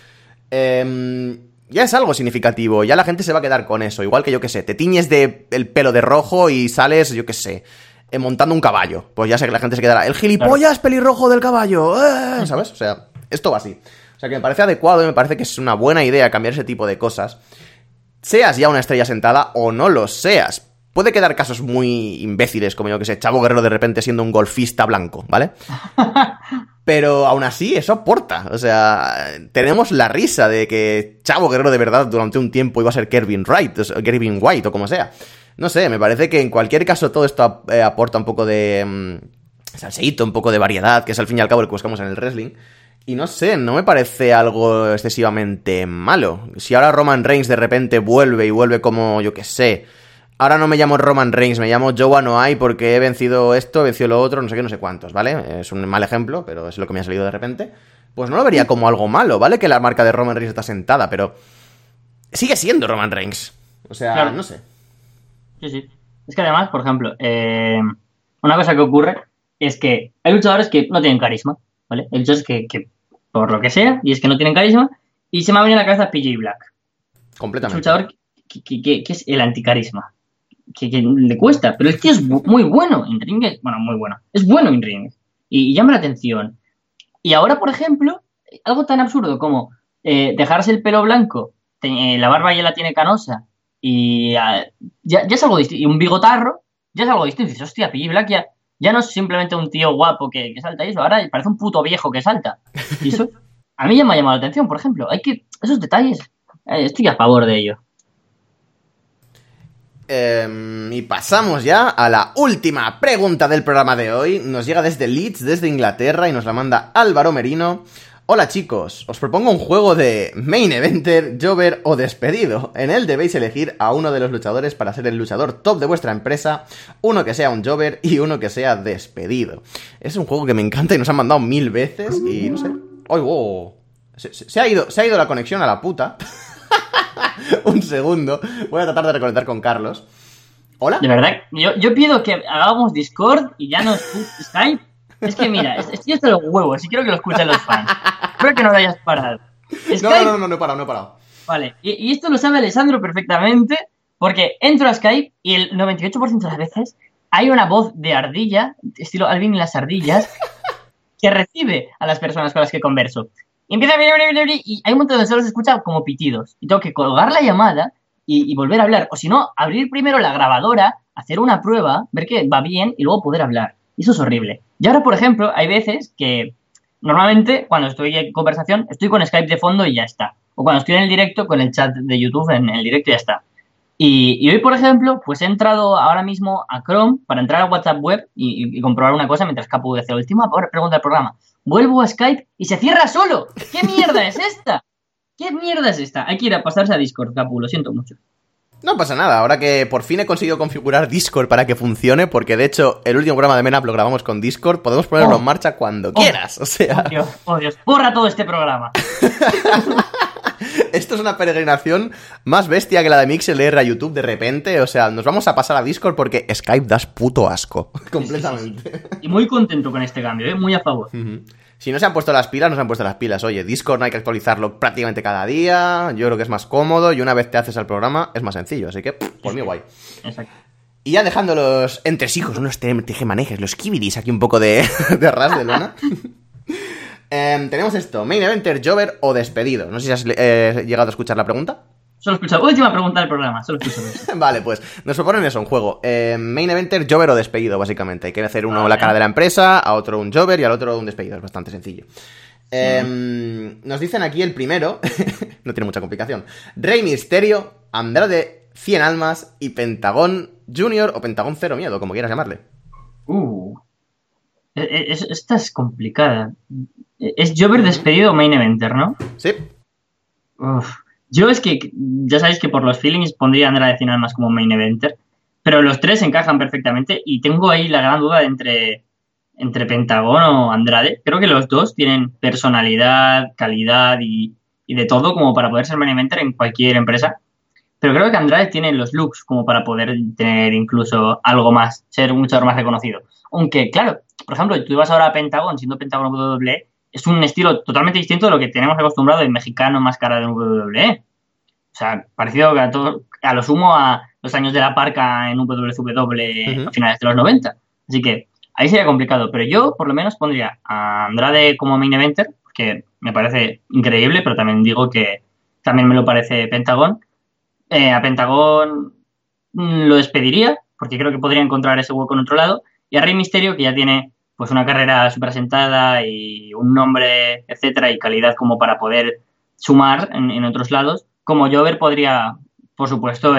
Ya es algo significativo, ya la gente se va a quedar con eso. Igual que, yo qué sé, te tiñes el pelo de rojo y sales, yo qué sé, montando un caballo. Pues ya sé que la gente se quedará, el gilipollas pelirrojo del caballo, ¿sabes? O sea, esto va así. O sea, que me parece adecuado y me parece que es una buena idea cambiar ese tipo de cosas. Seas ya una estrella sentada o no lo seas. Puede quedar casos muy imbéciles, como yo que sé, Chavo Guerrero de repente siendo un golfista blanco, ¿vale? Pero aún así, eso aporta. O sea, tenemos la risa de que Chavo Guerrero de verdad durante un tiempo iba a ser Kevin White o como sea. No sé, me parece que en cualquier caso todo esto aporta un poco de salseíto, un poco de variedad, que es al fin y al cabo lo que buscamos en el wrestling. Y no sé, no me parece algo excesivamente malo. Si ahora Roman Reigns de repente vuelve como, yo que sé, ahora no me llamo Roman Reigns, me llamo Joe Noai porque he vencido esto, he vencido lo otro, no sé qué, no sé cuántos, ¿vale? Es un mal ejemplo, pero es lo que me ha salido de repente. Pues no lo vería como algo malo, ¿vale? Que la marca de Roman Reigns está sentada, pero sigue siendo Roman Reigns. O sea, claro. No sé. Sí. Es que además, por ejemplo, una cosa que ocurre es que hay luchadores que no tienen carisma, ¿vale? Hay luchadores que por lo que sea, y es que no tienen carisma, y se me ha venido a la cabeza PJ Black. Completamente. Es un luchador que es el anticarisma. Que le cuesta, pero el tío es muy bueno en ring. Bueno, muy bueno. Es bueno en ring. Y llama la atención. Y ahora, por ejemplo, algo tan absurdo como dejarse el pelo blanco, la barba ya la tiene canosa, y ya es algo distinto. Y un bigotarro, ya es algo distinto. Y dices, hostia, PJ Black ya no es simplemente un tío guapo que salta y eso. Ahora parece un puto viejo que salta. Y eso a mí ya me ha llamado la atención, por ejemplo. Esos detalles, estoy a favor de ello. Y pasamos ya a la última pregunta del programa de hoy. Nos llega desde Leeds, desde Inglaterra, y nos la manda Álvaro Merino. Hola chicos, os propongo un juego de Main Eventer, Jobber o Despedido. En él debéis elegir a uno de los luchadores para ser el luchador top de vuestra empresa, uno que sea un Jobber y uno que sea despedido. Es un juego que me encanta y nos han mandado 1000 veces y no sé... ¡Ay, wow! Se ha ido la conexión a la puta. Un segundo, voy a tratar de reconectar con Carlos. ¿Hola? De verdad, yo pido que hagamos Discord y ya no Skype. Es que mira, estoy hasta los huevos y quiero que lo escuchen los fans. Espero que no lo hayas parado. Skype... No he parado. Vale, y esto lo sabe Alessandro perfectamente porque entro a Skype y el 98% de las veces hay una voz de ardilla, estilo Alvin y las ardillas, que recibe a las personas con las que converso. Y empieza a... y hay un montón de solo se escucha como pitidos. Y tengo que colgar la llamada y volver a hablar. O si no, abrir primero la grabadora, hacer una prueba, ver que va bien y luego poder hablar. Y eso es horrible. Y ahora, por ejemplo, hay veces que normalmente cuando estoy en conversación estoy con Skype de fondo y ya está. O cuando estoy en el directo con el chat de YouTube en el directo y ya está. Y hoy, por ejemplo, pues he entrado ahora mismo a Chrome para entrar a WhatsApp web y comprobar una cosa mientras Capu hace la última pregunta del programa. Vuelvo a Skype y se cierra solo. ¿Qué mierda es esta? ¿Qué mierda es esta? Hay que ir a pasarse a Discord, Capu, lo siento mucho. No pasa nada, ahora que por fin he conseguido configurar Discord para que funcione, porque de hecho el último programa de Men Up lo grabamos con Discord, podemos ponerlo en marcha cuando quieras, o sea... Oh Dios, borra todo este programa. Esto es una peregrinación más bestia que la de MixLR a YouTube de repente, o sea, nos vamos a pasar a Discord porque Skype das puto asco, completamente. Sí. Y muy contento con este cambio, muy a favor. Si no se han puesto las pilas, no se han puesto las pilas. Oye, Discord no hay que actualizarlo prácticamente cada día, yo creo que es más cómodo y una vez te haces al programa es más sencillo, así que por mí guay. Exacto. Y ya dejando los entresijos, unos tejemanejes, los kibidis, aquí un poco de ras de lona. Tenemos esto, Main Eventer, Jobber o Despedido. No sé si has llegado a escuchar la pregunta. Solo he escuchado, última pregunta del programa, solo he escuchado eso. Vale, pues nos proponen eso, un juego. Main Eventer, Jobber o Despedido, básicamente. Hay que hacer uno la cara de la empresa, a otro un Jobber y al otro un Despedido. Es bastante sencillo. Nos dicen aquí el primero, no tiene mucha complicación. Rey Mysterio, Andrade 100 Almas y Pentagón Junior o Pentagón Cero Miedo, como quieras llamarle. Esta es complicada. Es Jobber Despedido o Main Eventer, ¿no? Sí. Yo es que, ya sabéis que por los feelings pondría a Andrade 100 Almas como Main Eventer, pero los tres encajan perfectamente y tengo ahí la gran duda entre Pentagón o Andrade. Creo que los dos tienen personalidad, calidad y de todo como para poder ser Main Eventer en cualquier empresa, pero creo que Andrade tiene los looks como para poder tener incluso algo más, ser un luchador más reconocido. Aunque, claro, por ejemplo, tú vas ahora a Pentagón, siendo Pentagón WWE, es un estilo totalmente distinto de lo que tenemos acostumbrado del mexicano máscara de WWE. O sea, parecido a lo sumo a los años de la parca en WCW a finales de los 90. Así que ahí sería complicado. Pero yo, por lo menos, pondría a Andrade como Main Eventer, porque me parece increíble, pero también digo que también me lo parece Pentagón. A Pentagón lo despediría, porque creo que podría encontrar ese hueco en otro lado. Y a Rey Mysterio, que ya tiene pues una carrera súper asentada y un nombre, etcétera, y calidad como para poder sumar en otros lados, como Jobber podría, por supuesto,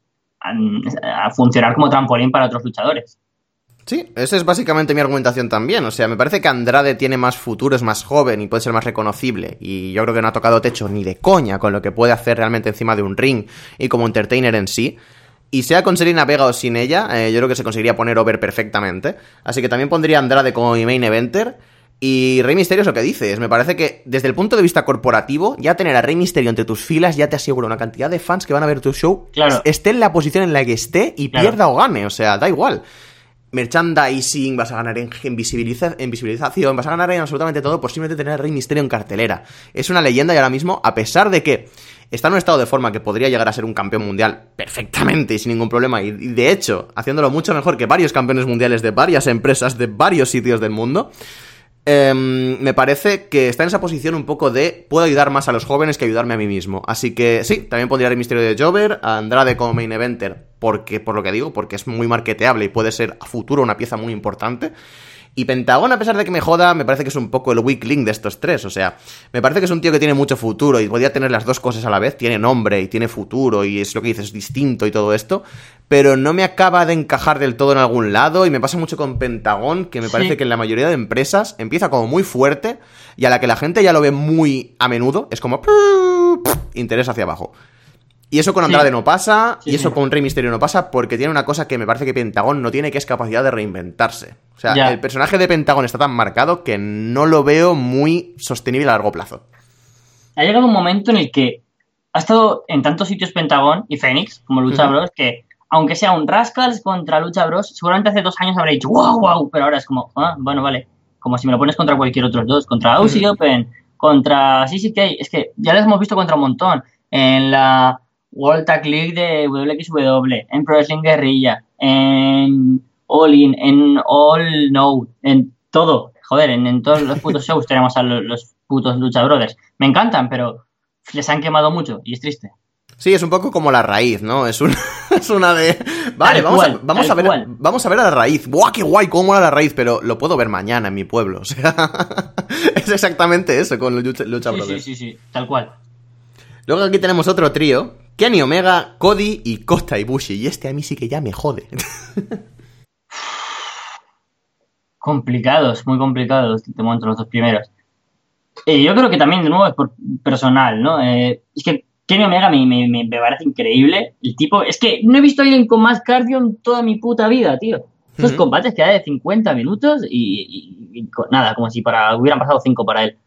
a funcionar como trampolín para otros luchadores. Sí, esa es básicamente mi argumentación también. O sea, me parece que Andrade tiene más futuro, es más joven y puede ser más reconocible. Y yo creo que no ha tocado techo ni de coña con lo que puede hacer realmente encima de un ring y como entertainer en sí. Y sea con Selena Vega o sin ella, yo creo que se conseguiría poner over perfectamente. Así que también pondría a Andrade como mi Main Eventer. Y Rey Mysterio es lo que dices. Me parece que desde el punto de vista corporativo, ya tener a Rey Mysterio entre tus filas ya te asegura una cantidad de fans que van a ver tu show. Claro. Esté en la posición en la que esté y pierda o gane. O sea, da igual. Merchandising, vas a ganar en visibilización, vas a ganar en absolutamente todo por simplemente tener a Rey Mysterio en cartelera. Es una leyenda y ahora mismo, a pesar de que está en un estado de forma que podría llegar a ser un campeón mundial perfectamente y sin ningún problema, y de hecho, haciéndolo mucho mejor que varios campeones mundiales de varias empresas de varios sitios del mundo, me parece que está en esa posición un poco de puedo ayudar más a los jóvenes que ayudarme a mí mismo. Así que sí, también pondría el misterio de Jobber, a Andrade como Main Eventer, porque, por lo que digo, porque es muy marketeable y puede ser a futuro una pieza muy importante. Y Pentagón, a pesar de que me joda, me parece que es un poco el weak link de estos tres. O sea, me parece que es un tío que tiene mucho futuro y podría tener las dos cosas a la vez. Tiene nombre y tiene futuro y es lo que dices, distinto y todo esto. pero no me acaba de encajar del todo en algún lado, y me pasa mucho con Pentagón, que me parece que en la mayoría de empresas empieza como muy fuerte, y a la que la gente ya lo ve muy a menudo, es como interés hacia abajo. Y eso con Andrade no pasa, y eso con Rey Mysterio no pasa, porque tiene una cosa que me parece que Pentagón no tiene, que es capacidad de reinventarse. O sea, el personaje de Pentagón está tan marcado que no lo veo muy sostenible a largo plazo. Ha llegado un momento en el que ha estado en tantos sitios Pentagón y Fénix, como Lucha Bros, que aunque sea un Rascals contra Lucha Bros, seguramente hace 2 años habría dicho wow, pero ahora es como, bueno, vale. Como si me lo pones contra cualquier otro dos, contra Aussie Open, contra CCK, es que ya les hemos visto contra un montón. En la World Tag League de WXW, en Pro Wrestling Guerrilla, en All In, en All No, en todo, joder, en todos los putos shows tenemos a los putos Lucha Brothers. Me encantan, pero les han quemado mucho y es triste. Sí, es un poco como la raíz, ¿no? Es una de... Vale, vamos a ver a la raíz. ¡Buah, qué guay! ¿Cómo mola la raíz? Pero lo puedo ver mañana en mi pueblo. O sea, es exactamente eso con Lucha Brothers. Sí, tal cual. Luego aquí tenemos otro trío. Kenny Omega, Cody y Kota Ibushi. Y este a mí sí que ya me jode. Complicados, muy complicados. De momento los 2 primeros. Yo creo que también, de nuevo, es por personal, ¿no? Es que Kenny Omega me parece increíble. El tipo... Es que no he visto a alguien con más cardio en toda mi puta vida, tío. Esos combates que da de 50 minutos y nada, como si hubieran pasado 5 para él.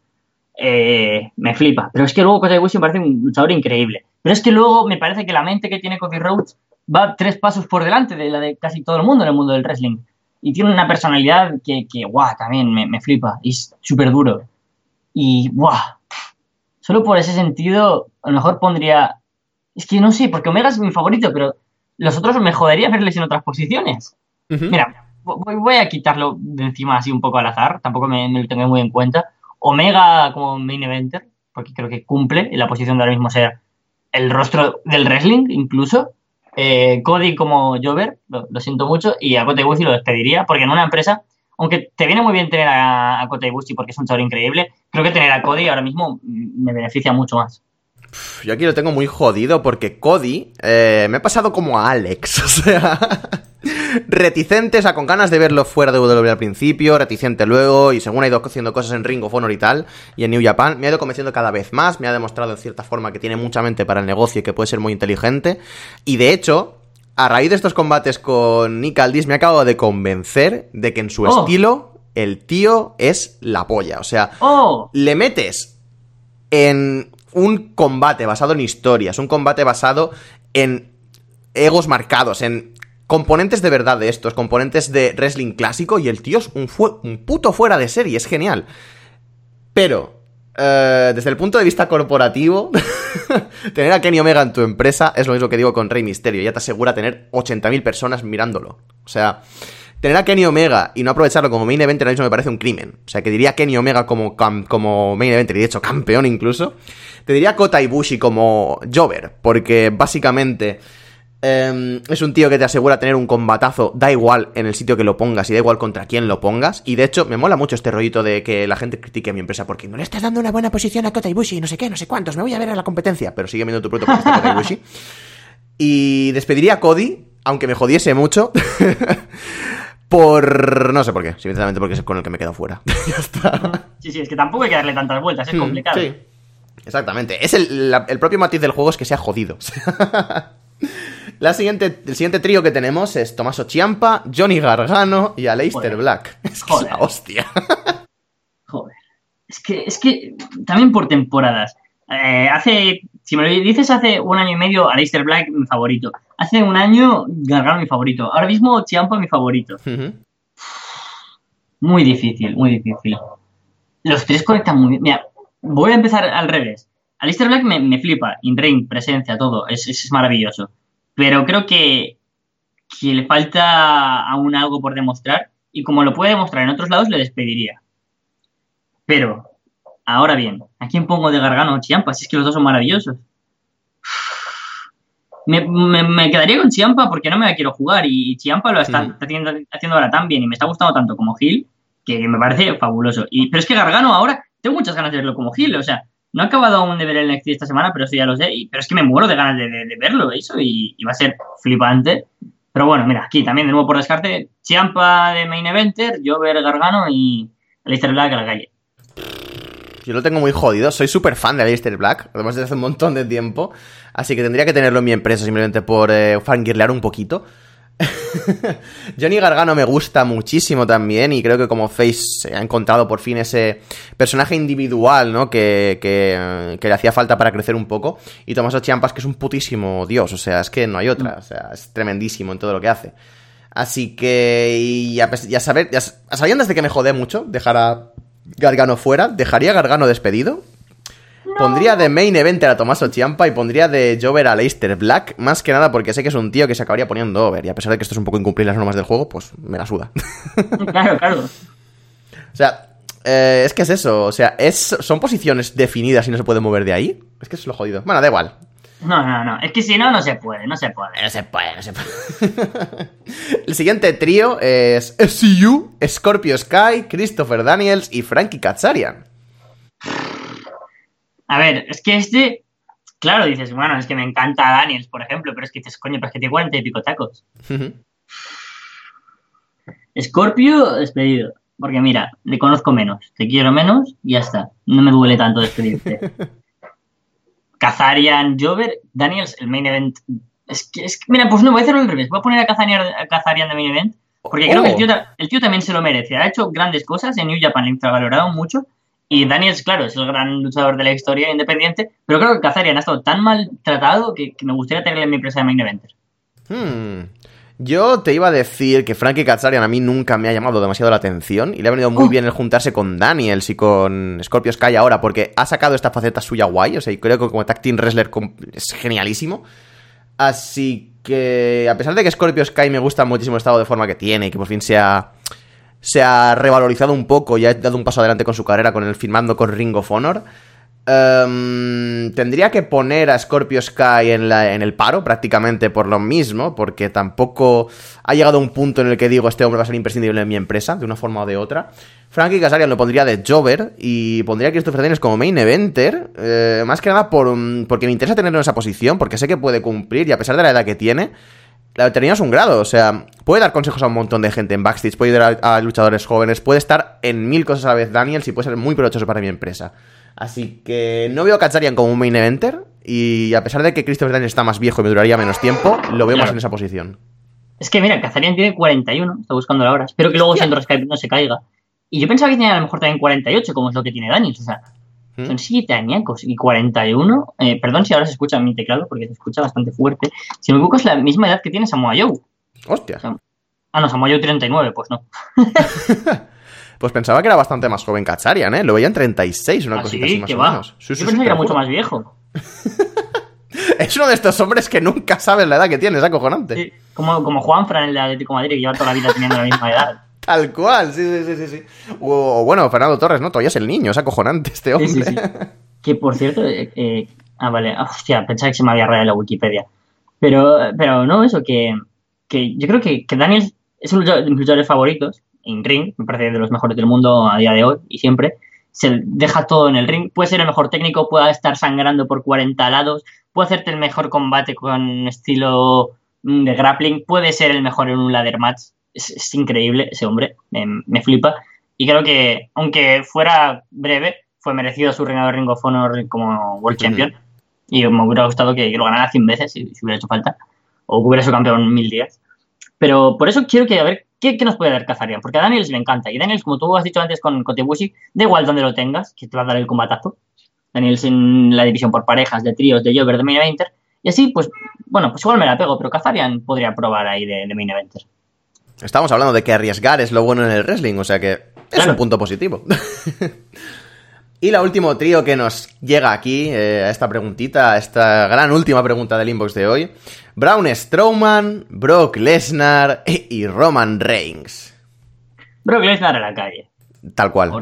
Me flipa. Pero es que luego Kota Ibushi me parece un luchador increíble. Pero es que luego me parece que la mente que tiene Cody Rhodes va 3 pasos por delante de la de casi todo el mundo en el mundo del wrestling. Y tiene una personalidad que guau, también me flipa. Y es súper duro. Y guau. Solo por ese sentido, a lo mejor pondría... Es que no sé, porque Omega es mi favorito, pero los otros me jodería verles en otras posiciones. Mira, voy a quitarlo de encima así un poco al azar. Tampoco me lo tengo muy en cuenta. Omega como main eventer, porque creo que cumple en la posición de ahora mismo ser el rostro del wrestling, incluso. Cody como Jover, lo siento mucho, y a Kota Ibushi lo despediría, porque en una empresa, aunque te viene muy bien tener a Kota Ibushi porque es un chaval increíble, creo que tener a Cody ahora mismo me beneficia mucho más. Yo aquí lo tengo muy jodido porque Cody me ha pasado como a Alex, o sea... reticente, o sea, con ganas de verlo fuera de WWE al principio, reticente luego, y según ha ido haciendo cosas en Ring of Honor y tal, y en New Japan, me ha ido convenciendo cada vez más, me ha demostrado en cierta forma que tiene mucha mente para el negocio y que puede ser muy inteligente, y de hecho, a raíz de estos combates con Nick Aldis, me ha acabado de convencer de que en su estilo, el tío es la polla, o sea, le metes en un combate basado en historias, un combate basado en egos marcados, en componentes de verdad de estos, componentes de wrestling clásico, y el tío es un puto fuera de serie, es genial. Pero, desde el punto de vista corporativo, tener a Kenny Omega en tu empresa es lo mismo que digo con Rey Mysterio, ya te asegura tener 80.000 personas mirándolo. O sea, tener a Kenny Omega y no aprovecharlo como main eventer ahora mismo me parece un crimen. O sea, que diría Kenny Omega como main eventer, y de hecho campeón incluso. Te diría Kota Ibushi como Jover, porque básicamente... es un tío que te asegura tener un combatazo, da igual en el sitio que lo pongas y da igual contra quién lo pongas. Y de hecho me mola mucho este rollito de que la gente critique a mi empresa porque no le estás dando una buena posición a Kota Ibushi, no sé qué, no sé cuántos, me voy a ver a la competencia. Pero sigue viendo tu producto con Kota Ibushi. Y despediría a Cody, aunque me jodiese mucho. Por... no sé por qué, sinceramente porque es con el que me he quedado fuera. Ya está. Sí, es que tampoco hay que darle tantas vueltas, es complicado. Sí, exactamente. Es el propio matiz del juego, es que sea jodido. El siguiente trío que tenemos es Tommaso Ciampa, Johnny Gargano y Aleister Black. Es que es la hostia. Joder. Es que también por temporadas. Si me lo dices hace 1 año y medio, Aleister Black mi favorito. Hace 1 año, Gargano mi favorito. Ahora mismo, Ciampa mi favorito. Muy difícil, muy difícil. Los 3 conectan muy bien. Mira, voy a empezar al revés. Aleister Black me flipa. In-ring, presencia, todo. Es maravilloso. Pero creo que le falta aún algo por demostrar, y como lo puede demostrar en otros lados, le despediría. Pero, ahora bien, ¿a quién pongo de Gargano o Ciampa? Si es que los dos son maravillosos. Me quedaría con Ciampa porque no me la quiero jugar, y Ciampa lo está haciendo ahora tan bien y me está gustando tanto como heel que me parece fabuloso. Pero es que Gargano ahora, tengo muchas ganas de verlo como heel, o sea, no he acabado aún de ver el NXT esta semana, pero eso ya lo sé. Pero es que me muero de ganas de verlo, eso, y va a ser flipante. Pero bueno, mira, aquí también de nuevo por descarte, Ciampa de Main Eventer, Jover Gargano y Aleister Black a la calle. Yo lo tengo muy jodido, soy súper fan de Aleister Black, además desde hace un montón de tiempo, así que tendría que tenerlo en mi empresa simplemente por fangirlear un poquito. Johnny Gargano me gusta muchísimo también y creo que como face se ha encontrado por fin ese personaje individual, ¿no? que le hacía falta para crecer un poco. Y Tommaso Ciampa es que es un putísimo dios, o sea, es que no hay otra, o sea, es tremendísimo en todo lo que hace. Así que, y ya sabiendo desde que me jodé mucho dejar a Gargano fuera, dejaría a Gargano despedido. No. Pondría de main eventer a Tommaso Ciampa y pondría de Jover a Aleister Black, más que nada porque sé que es un tío que se acabaría poniendo over, y a pesar de que esto es un poco incumplir las normas del juego, pues me la suda. Claro, claro. O sea, es que es eso, o sea, son posiciones definidas y no se puede mover de ahí. Es que es lo jodido. Bueno, da igual. No, es que si no, no se puede. No se puede. El siguiente trío es SCU, Scorpio Sky, Christopher Daniels y Frankie Kazarian. A ver, es que claro, dices, bueno, es que me encanta Daniels, por ejemplo, pero es que dices, coño, pero es que tiene 40 y pico tacos. Scorpio, despedido. Porque mira, le conozco menos, te quiero menos y ya está. No me duele tanto despedirte. Kazarian, Jover, Daniels, el main event. Es que, mira, pues no, voy a hacerlo al revés. Voy a poner a Kazarian de main event. Porque creo que el tío también se lo merece. Ha hecho grandes cosas en New Japan, le ha infravalorado mucho. Y Daniels, claro, es el gran luchador de la historia independiente. Pero creo que Kazarian ha estado tan mal tratado que me gustaría tenerle en mi empresa de main eventer. Yo te iba a decir que Frankie Kazarian a mí nunca me ha llamado demasiado la atención y le ha venido muy bien el juntarse con Daniels y con Scorpio Sky ahora porque ha sacado esta faceta suya guay, o sea, y creo que como tag team wrestler es genialísimo. Así que, a pesar de que Scorpio Sky me gusta muchísimo el estado de forma que tiene y que por fin se ha revalorizado un poco y ha dado un paso adelante con su carrera con el firmando con Ring of Honor, tendría que poner a Scorpio Sky en el paro prácticamente por lo mismo, porque tampoco ha llegado a un punto en el que digo este hombre va a ser imprescindible en mi empresa de una forma o de otra. Frankie Kazarian lo pondría de Jover y pondría a Christopher Daniels como main eventer, más que nada porque me interesa tenerlo en esa posición, porque sé que puede cumplir y a pesar de la edad que tiene, la veteranía es un grado, o sea, puede dar consejos a un montón de gente en backstage, puede ayudar a luchadores jóvenes, puede estar en 1000 cosas a la vez Daniels y puede ser muy provechoso para mi empresa. Así que no veo a Kazarian como un main eventer y a pesar de que Christopher Daniels está más viejo y me duraría menos tiempo, lo veo más en esa posición. Es que mira, Kazarian tiene 41, está buscando la hora. Espero que luego siendo Skype no se caiga. Y yo pensaba que tenía a lo mejor también 48, como es lo que tiene Daniels, o sea, son 7 añacos y 41. Perdón si ahora se escucha mi teclado porque se escucha bastante fuerte. Si me equivoco es la misma edad que tiene Samoa Joe. Hostia. O sea, no, Samoa Joe 39, pues no. Pues pensaba que era bastante más joven Kazarian, ¿eh? Lo veía en 36, una cosita así más o menos. Yo pensaba que era mucho más viejo. Es uno de estos hombres que nunca sabes la edad que tiene, es acojonante. Sí, como Juanfran en el Atlético de Madrid, que lleva toda la vida teniendo la misma edad. Tal cual, sí. O bueno, Fernando Torres, ¿no? Todavía es el niño, es acojonante este hombre. Sí. Que por cierto, vale, hostia, pensaba que se me había rayado la Wikipedia. Pero no, eso, que yo creo que Daniels es uno de mis luchadores favoritos en ring, me parece de los mejores del mundo a día de hoy y siempre. Se deja todo en el ring, puede ser el mejor técnico, puede estar sangrando por 40 lados, puede hacerte el mejor combate con estilo de grappling, puede ser el mejor en un ladder match. Es increíble ese hombre, me flipa. Y creo que, aunque fuera breve, fue merecido su reinado de Ring of Honor como World Champion. Y me hubiera gustado que lo ganara 100 veces si hubiera hecho falta. O que hubiera sido campeón 1000 días. Pero por eso quiero que a ver qué nos puede dar Kazarian. Porque a Daniels le encanta. Y Daniels, como tú has dicho antes con Kotebushi, da igual donde lo tengas, que te va a dar el combatazo. Daniels en la división por parejas, de tríos, de Jover, de main eventer. Y así, pues, bueno, pues igual me la pego. Pero Kazarian podría probar ahí de main eventer. Estamos hablando de que arriesgar es lo bueno en el wrestling, o sea que es un punto positivo. Y la último trío que nos llega aquí, a esta preguntita, a esta gran última pregunta del inbox de hoy. Braun Strowman, Brock Lesnar y Roman Reigns. Brock Lesnar a la calle. Tal cual.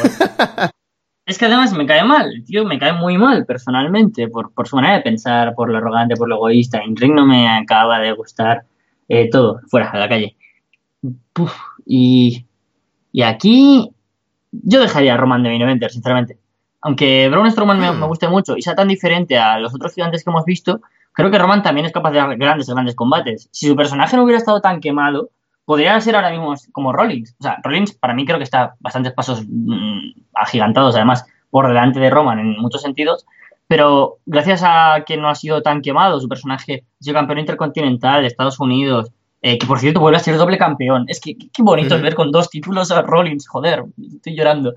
Es que además me cae mal, tío, me cae muy mal personalmente, por su manera de pensar, por lo arrogante, por lo egoísta. En ring no me acaba de gustar todo, fuera, a la calle. Puf, y aquí yo dejaría a Roman de main eventer, sinceramente. Aunque Braun Strowman me guste mucho y sea tan diferente a los otros gigantes que hemos visto, creo que Roman también es capaz de dar grandes combates. Si su personaje no hubiera estado tan quemado, podría ser ahora mismo como Rollins. O sea, Rollins para mí creo que está bastantes pasos agigantados, además, por delante de Roman en muchos sentidos. Pero gracias a que no ha sido tan quemado, su personaje ha sido campeón intercontinental de Estados Unidos, que por cierto vuelve a ser doble campeón. Es que qué bonito es ver con 2 títulos a Rollins, joder, estoy llorando.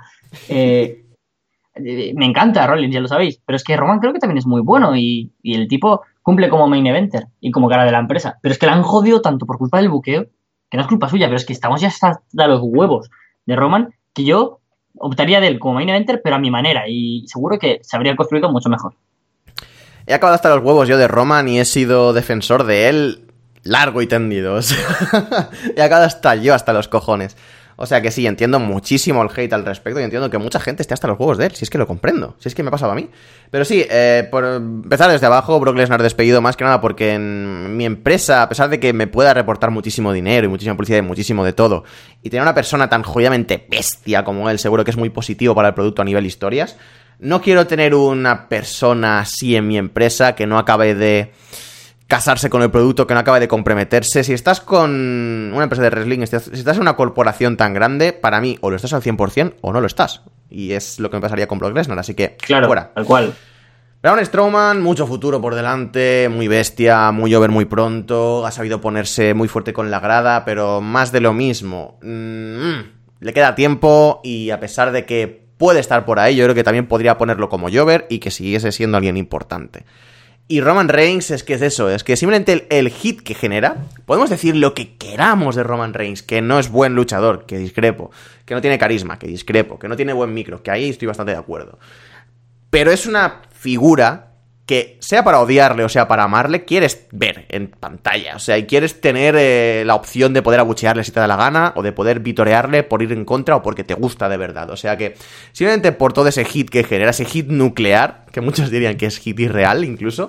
Me encanta Rollins, ya lo sabéis, pero es que Roman creo que también es muy bueno y el tipo cumple como main eventer y como cara de la empresa. Pero es que la han jodido tanto por culpa del buqueo, que no es culpa suya, pero es que estamos ya hasta los huevos de Roman, que yo optaría de él como main eventer, pero a mi manera, y seguro que se habría construido mucho mejor. He acabado hasta los huevos yo de Roman y he sido defensor de él largo y tendido. O sea, he acabado hasta los cojones. O sea que sí, entiendo muchísimo el hate al respecto y entiendo que mucha gente esté hasta los huevos de él, si es que lo comprendo, si es que me ha pasado a mí. Pero sí, por empezar desde abajo, Brock Lesnar despedido más que nada porque en mi empresa, a pesar de que me pueda reportar muchísimo dinero y muchísima publicidad y muchísimo de todo, y tener una persona tan jodidamente bestia como él, seguro que es muy positivo para el producto a nivel historias, no quiero tener una persona así en mi empresa que no acabe de casarse con el producto, que no acabe de comprometerse. Si estás con una empresa de wrestling, si estás en una corporación tan grande, para mí o lo estás al 100% o no lo estás. Y es lo que me pasaría con Brock Lesnar, así que claro, fuera. Tal cual. Braun Strowman, mucho futuro por delante, muy bestia, muy over muy pronto, ha sabido ponerse muy fuerte con la grada, pero más de lo mismo. Le queda tiempo y a pesar de que puede estar por ahí, yo creo que también podría ponerlo como Jover y que siguiese siendo alguien importante. Y Roman Reigns es que es eso, es que simplemente el hit que genera, podemos decir lo que queramos de Roman Reigns, que no es buen luchador, que discrepo, que no tiene carisma, que discrepo, que no tiene buen micro, que ahí estoy bastante de acuerdo. Pero es una figura que, sea para odiarle o sea para amarle, quieres ver en pantalla. O sea, y quieres tener la opción de poder abuchearle si te da la gana, o de poder vitorearle por ir en contra o porque te gusta de verdad. O sea que, simplemente por todo ese hit que genera, ese hit nuclear, que muchos dirían que es hit irreal incluso,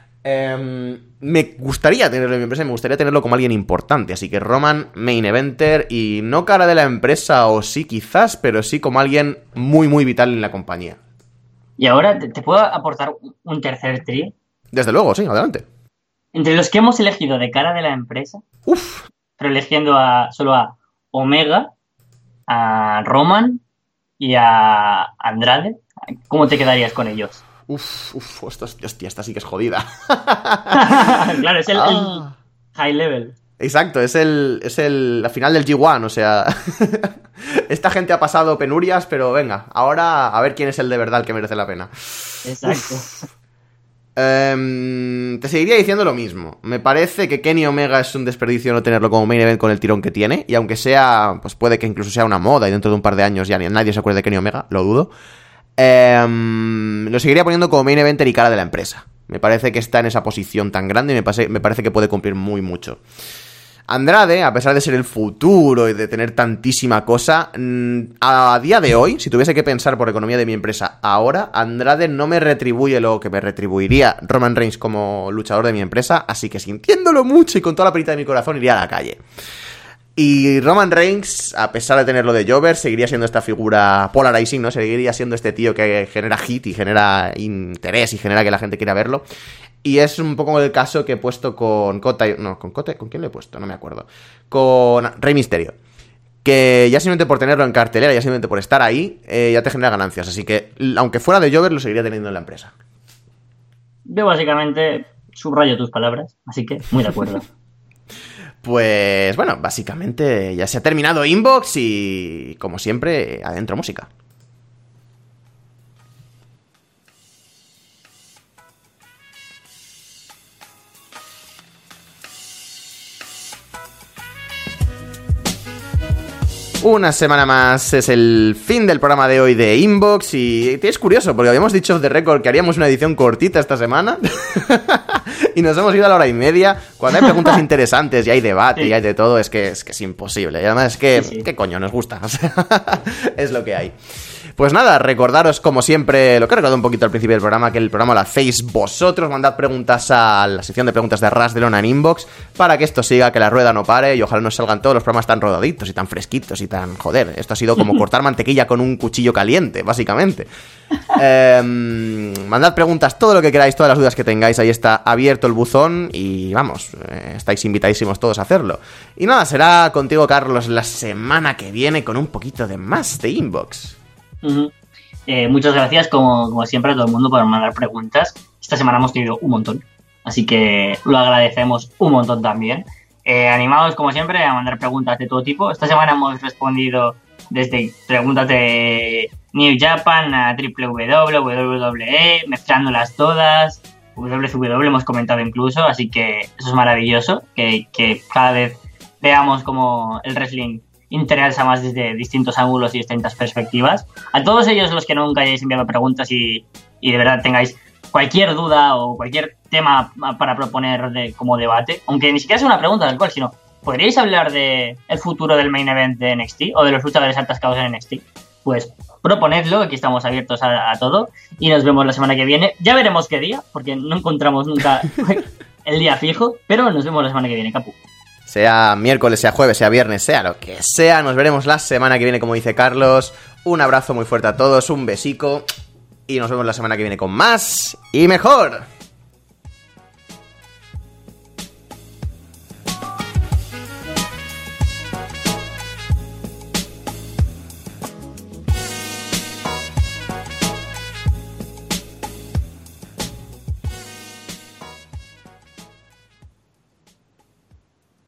me gustaría tenerlo en mi empresa y me gustaría tenerlo como alguien importante. Así que Roman, main eventer, y no cara de la empresa, o sí quizás, pero sí como alguien muy muy vital en la compañía. Y ahora te puedo aportar un tercer tri. Desde luego, sí, adelante. Entre los que hemos elegido de cara de la empresa, pero eligiendo solo a Omega, a Roman y a Andrade, ¿cómo te quedarías con ellos? Hostia, esta sí que es jodida. Claro, es el high level. Exacto, es la final del G1, o sea, esta gente ha pasado penurias, pero venga, ahora a ver quién es el de verdad el que merece la pena. Exacto. Te seguiría diciendo lo mismo. Me parece que Kenny Omega es un desperdicio no tenerlo como main event con el tirón que tiene, y aunque sea, pues puede que incluso sea una moda y dentro de un par de años ya nadie se acuerde de Kenny Omega, lo dudo. Lo seguiría poniendo como main eventer y cara de la empresa. Me parece que está en esa posición tan grande y me parece que puede cumplir muy mucho. Andrade, a pesar de ser el futuro y de tener tantísima cosa, a día de hoy, si tuviese que pensar por economía de mi empresa ahora, Andrade no me retribuye lo que me retribuiría Roman Reigns como luchador de mi empresa, así que sintiéndolo mucho y con toda la perita de mi corazón iría a la calle. Y Roman Reigns, a pesar de tenerlo de Jover, seguiría siendo esta figura polarizing, ¿no? Seguiría siendo este tío que genera hit y genera interés y genera que la gente quiera verlo. Y es un poco el caso que he puesto con Kota. No, ¿con Kota? ¿Con quién lo he puesto? No me acuerdo. Con Rey Mysterio. Que ya simplemente por tenerlo en cartelera, ya simplemente por estar ahí, ya te genera ganancias. Así que, aunque fuera de Jover, lo seguiría teniendo en la empresa. Yo básicamente subrayo tus palabras, así que muy de acuerdo. Pues bueno, básicamente ya se ha terminado Inbox y, como siempre, adentro música. Una semana más es el fin del programa de hoy de Inbox y es curioso porque habíamos dicho off the record que haríamos una edición cortita esta semana y nos hemos ido a la hora y media. Cuando hay preguntas interesantes y hay debate y hay de todo, es que es imposible. Y además es que, ¿qué coño nos gusta? O sea, es lo que hay. Pues nada, recordaros como siempre, lo que he recordado un poquito al principio del programa, que el programa lo hacéis vosotros. Mandad preguntas a la sección de preguntas de Ras de Lona en inbox para que esto siga, que la rueda no pare y ojalá nos salgan todos los programas tan rodaditos y tan fresquitos y tan... Joder, esto ha sido como cortar mantequilla con un cuchillo caliente, básicamente. Mandad preguntas, todo lo que queráis, todas las dudas que tengáis, ahí está abierto el buzón y vamos, estáis invitadísimos todos a hacerlo. Y nada, será contigo, Carlos, la semana que viene con un poquito de más de Inbox. Muchas gracias, como siempre, a todo el mundo por mandar preguntas. Esta semana hemos tenido un montón, así que lo agradecemos un montón también. Animados, como siempre, a mandar preguntas de todo tipo. Esta semana hemos respondido desde preguntas de New Japan a WWE, WWE, mezclándolas todas, WCW hemos comentado incluso, así que eso es maravilloso, que cada vez veamos como el wrestling interesa más desde distintos ángulos y distintas perspectivas. A todos ellos los que nunca hayáis enviado preguntas y de verdad tengáis cualquier duda o cualquier tema para proponer como debate, aunque ni siquiera sea una pregunta tal cual, sino ¿podríais hablar de el futuro del main event de NXT o de los luchadores atascados en NXT? Pues proponedlo, aquí estamos abiertos a todo y nos vemos la semana que viene. Ya veremos qué día, porque no encontramos nunca el día fijo, pero nos vemos la semana que viene, Capu. Sea miércoles, sea jueves, sea viernes, sea lo que sea, nos veremos la semana que viene, como dice Carlos. Un abrazo muy fuerte a todos, un besico y nos vemos la semana que viene con más y mejor.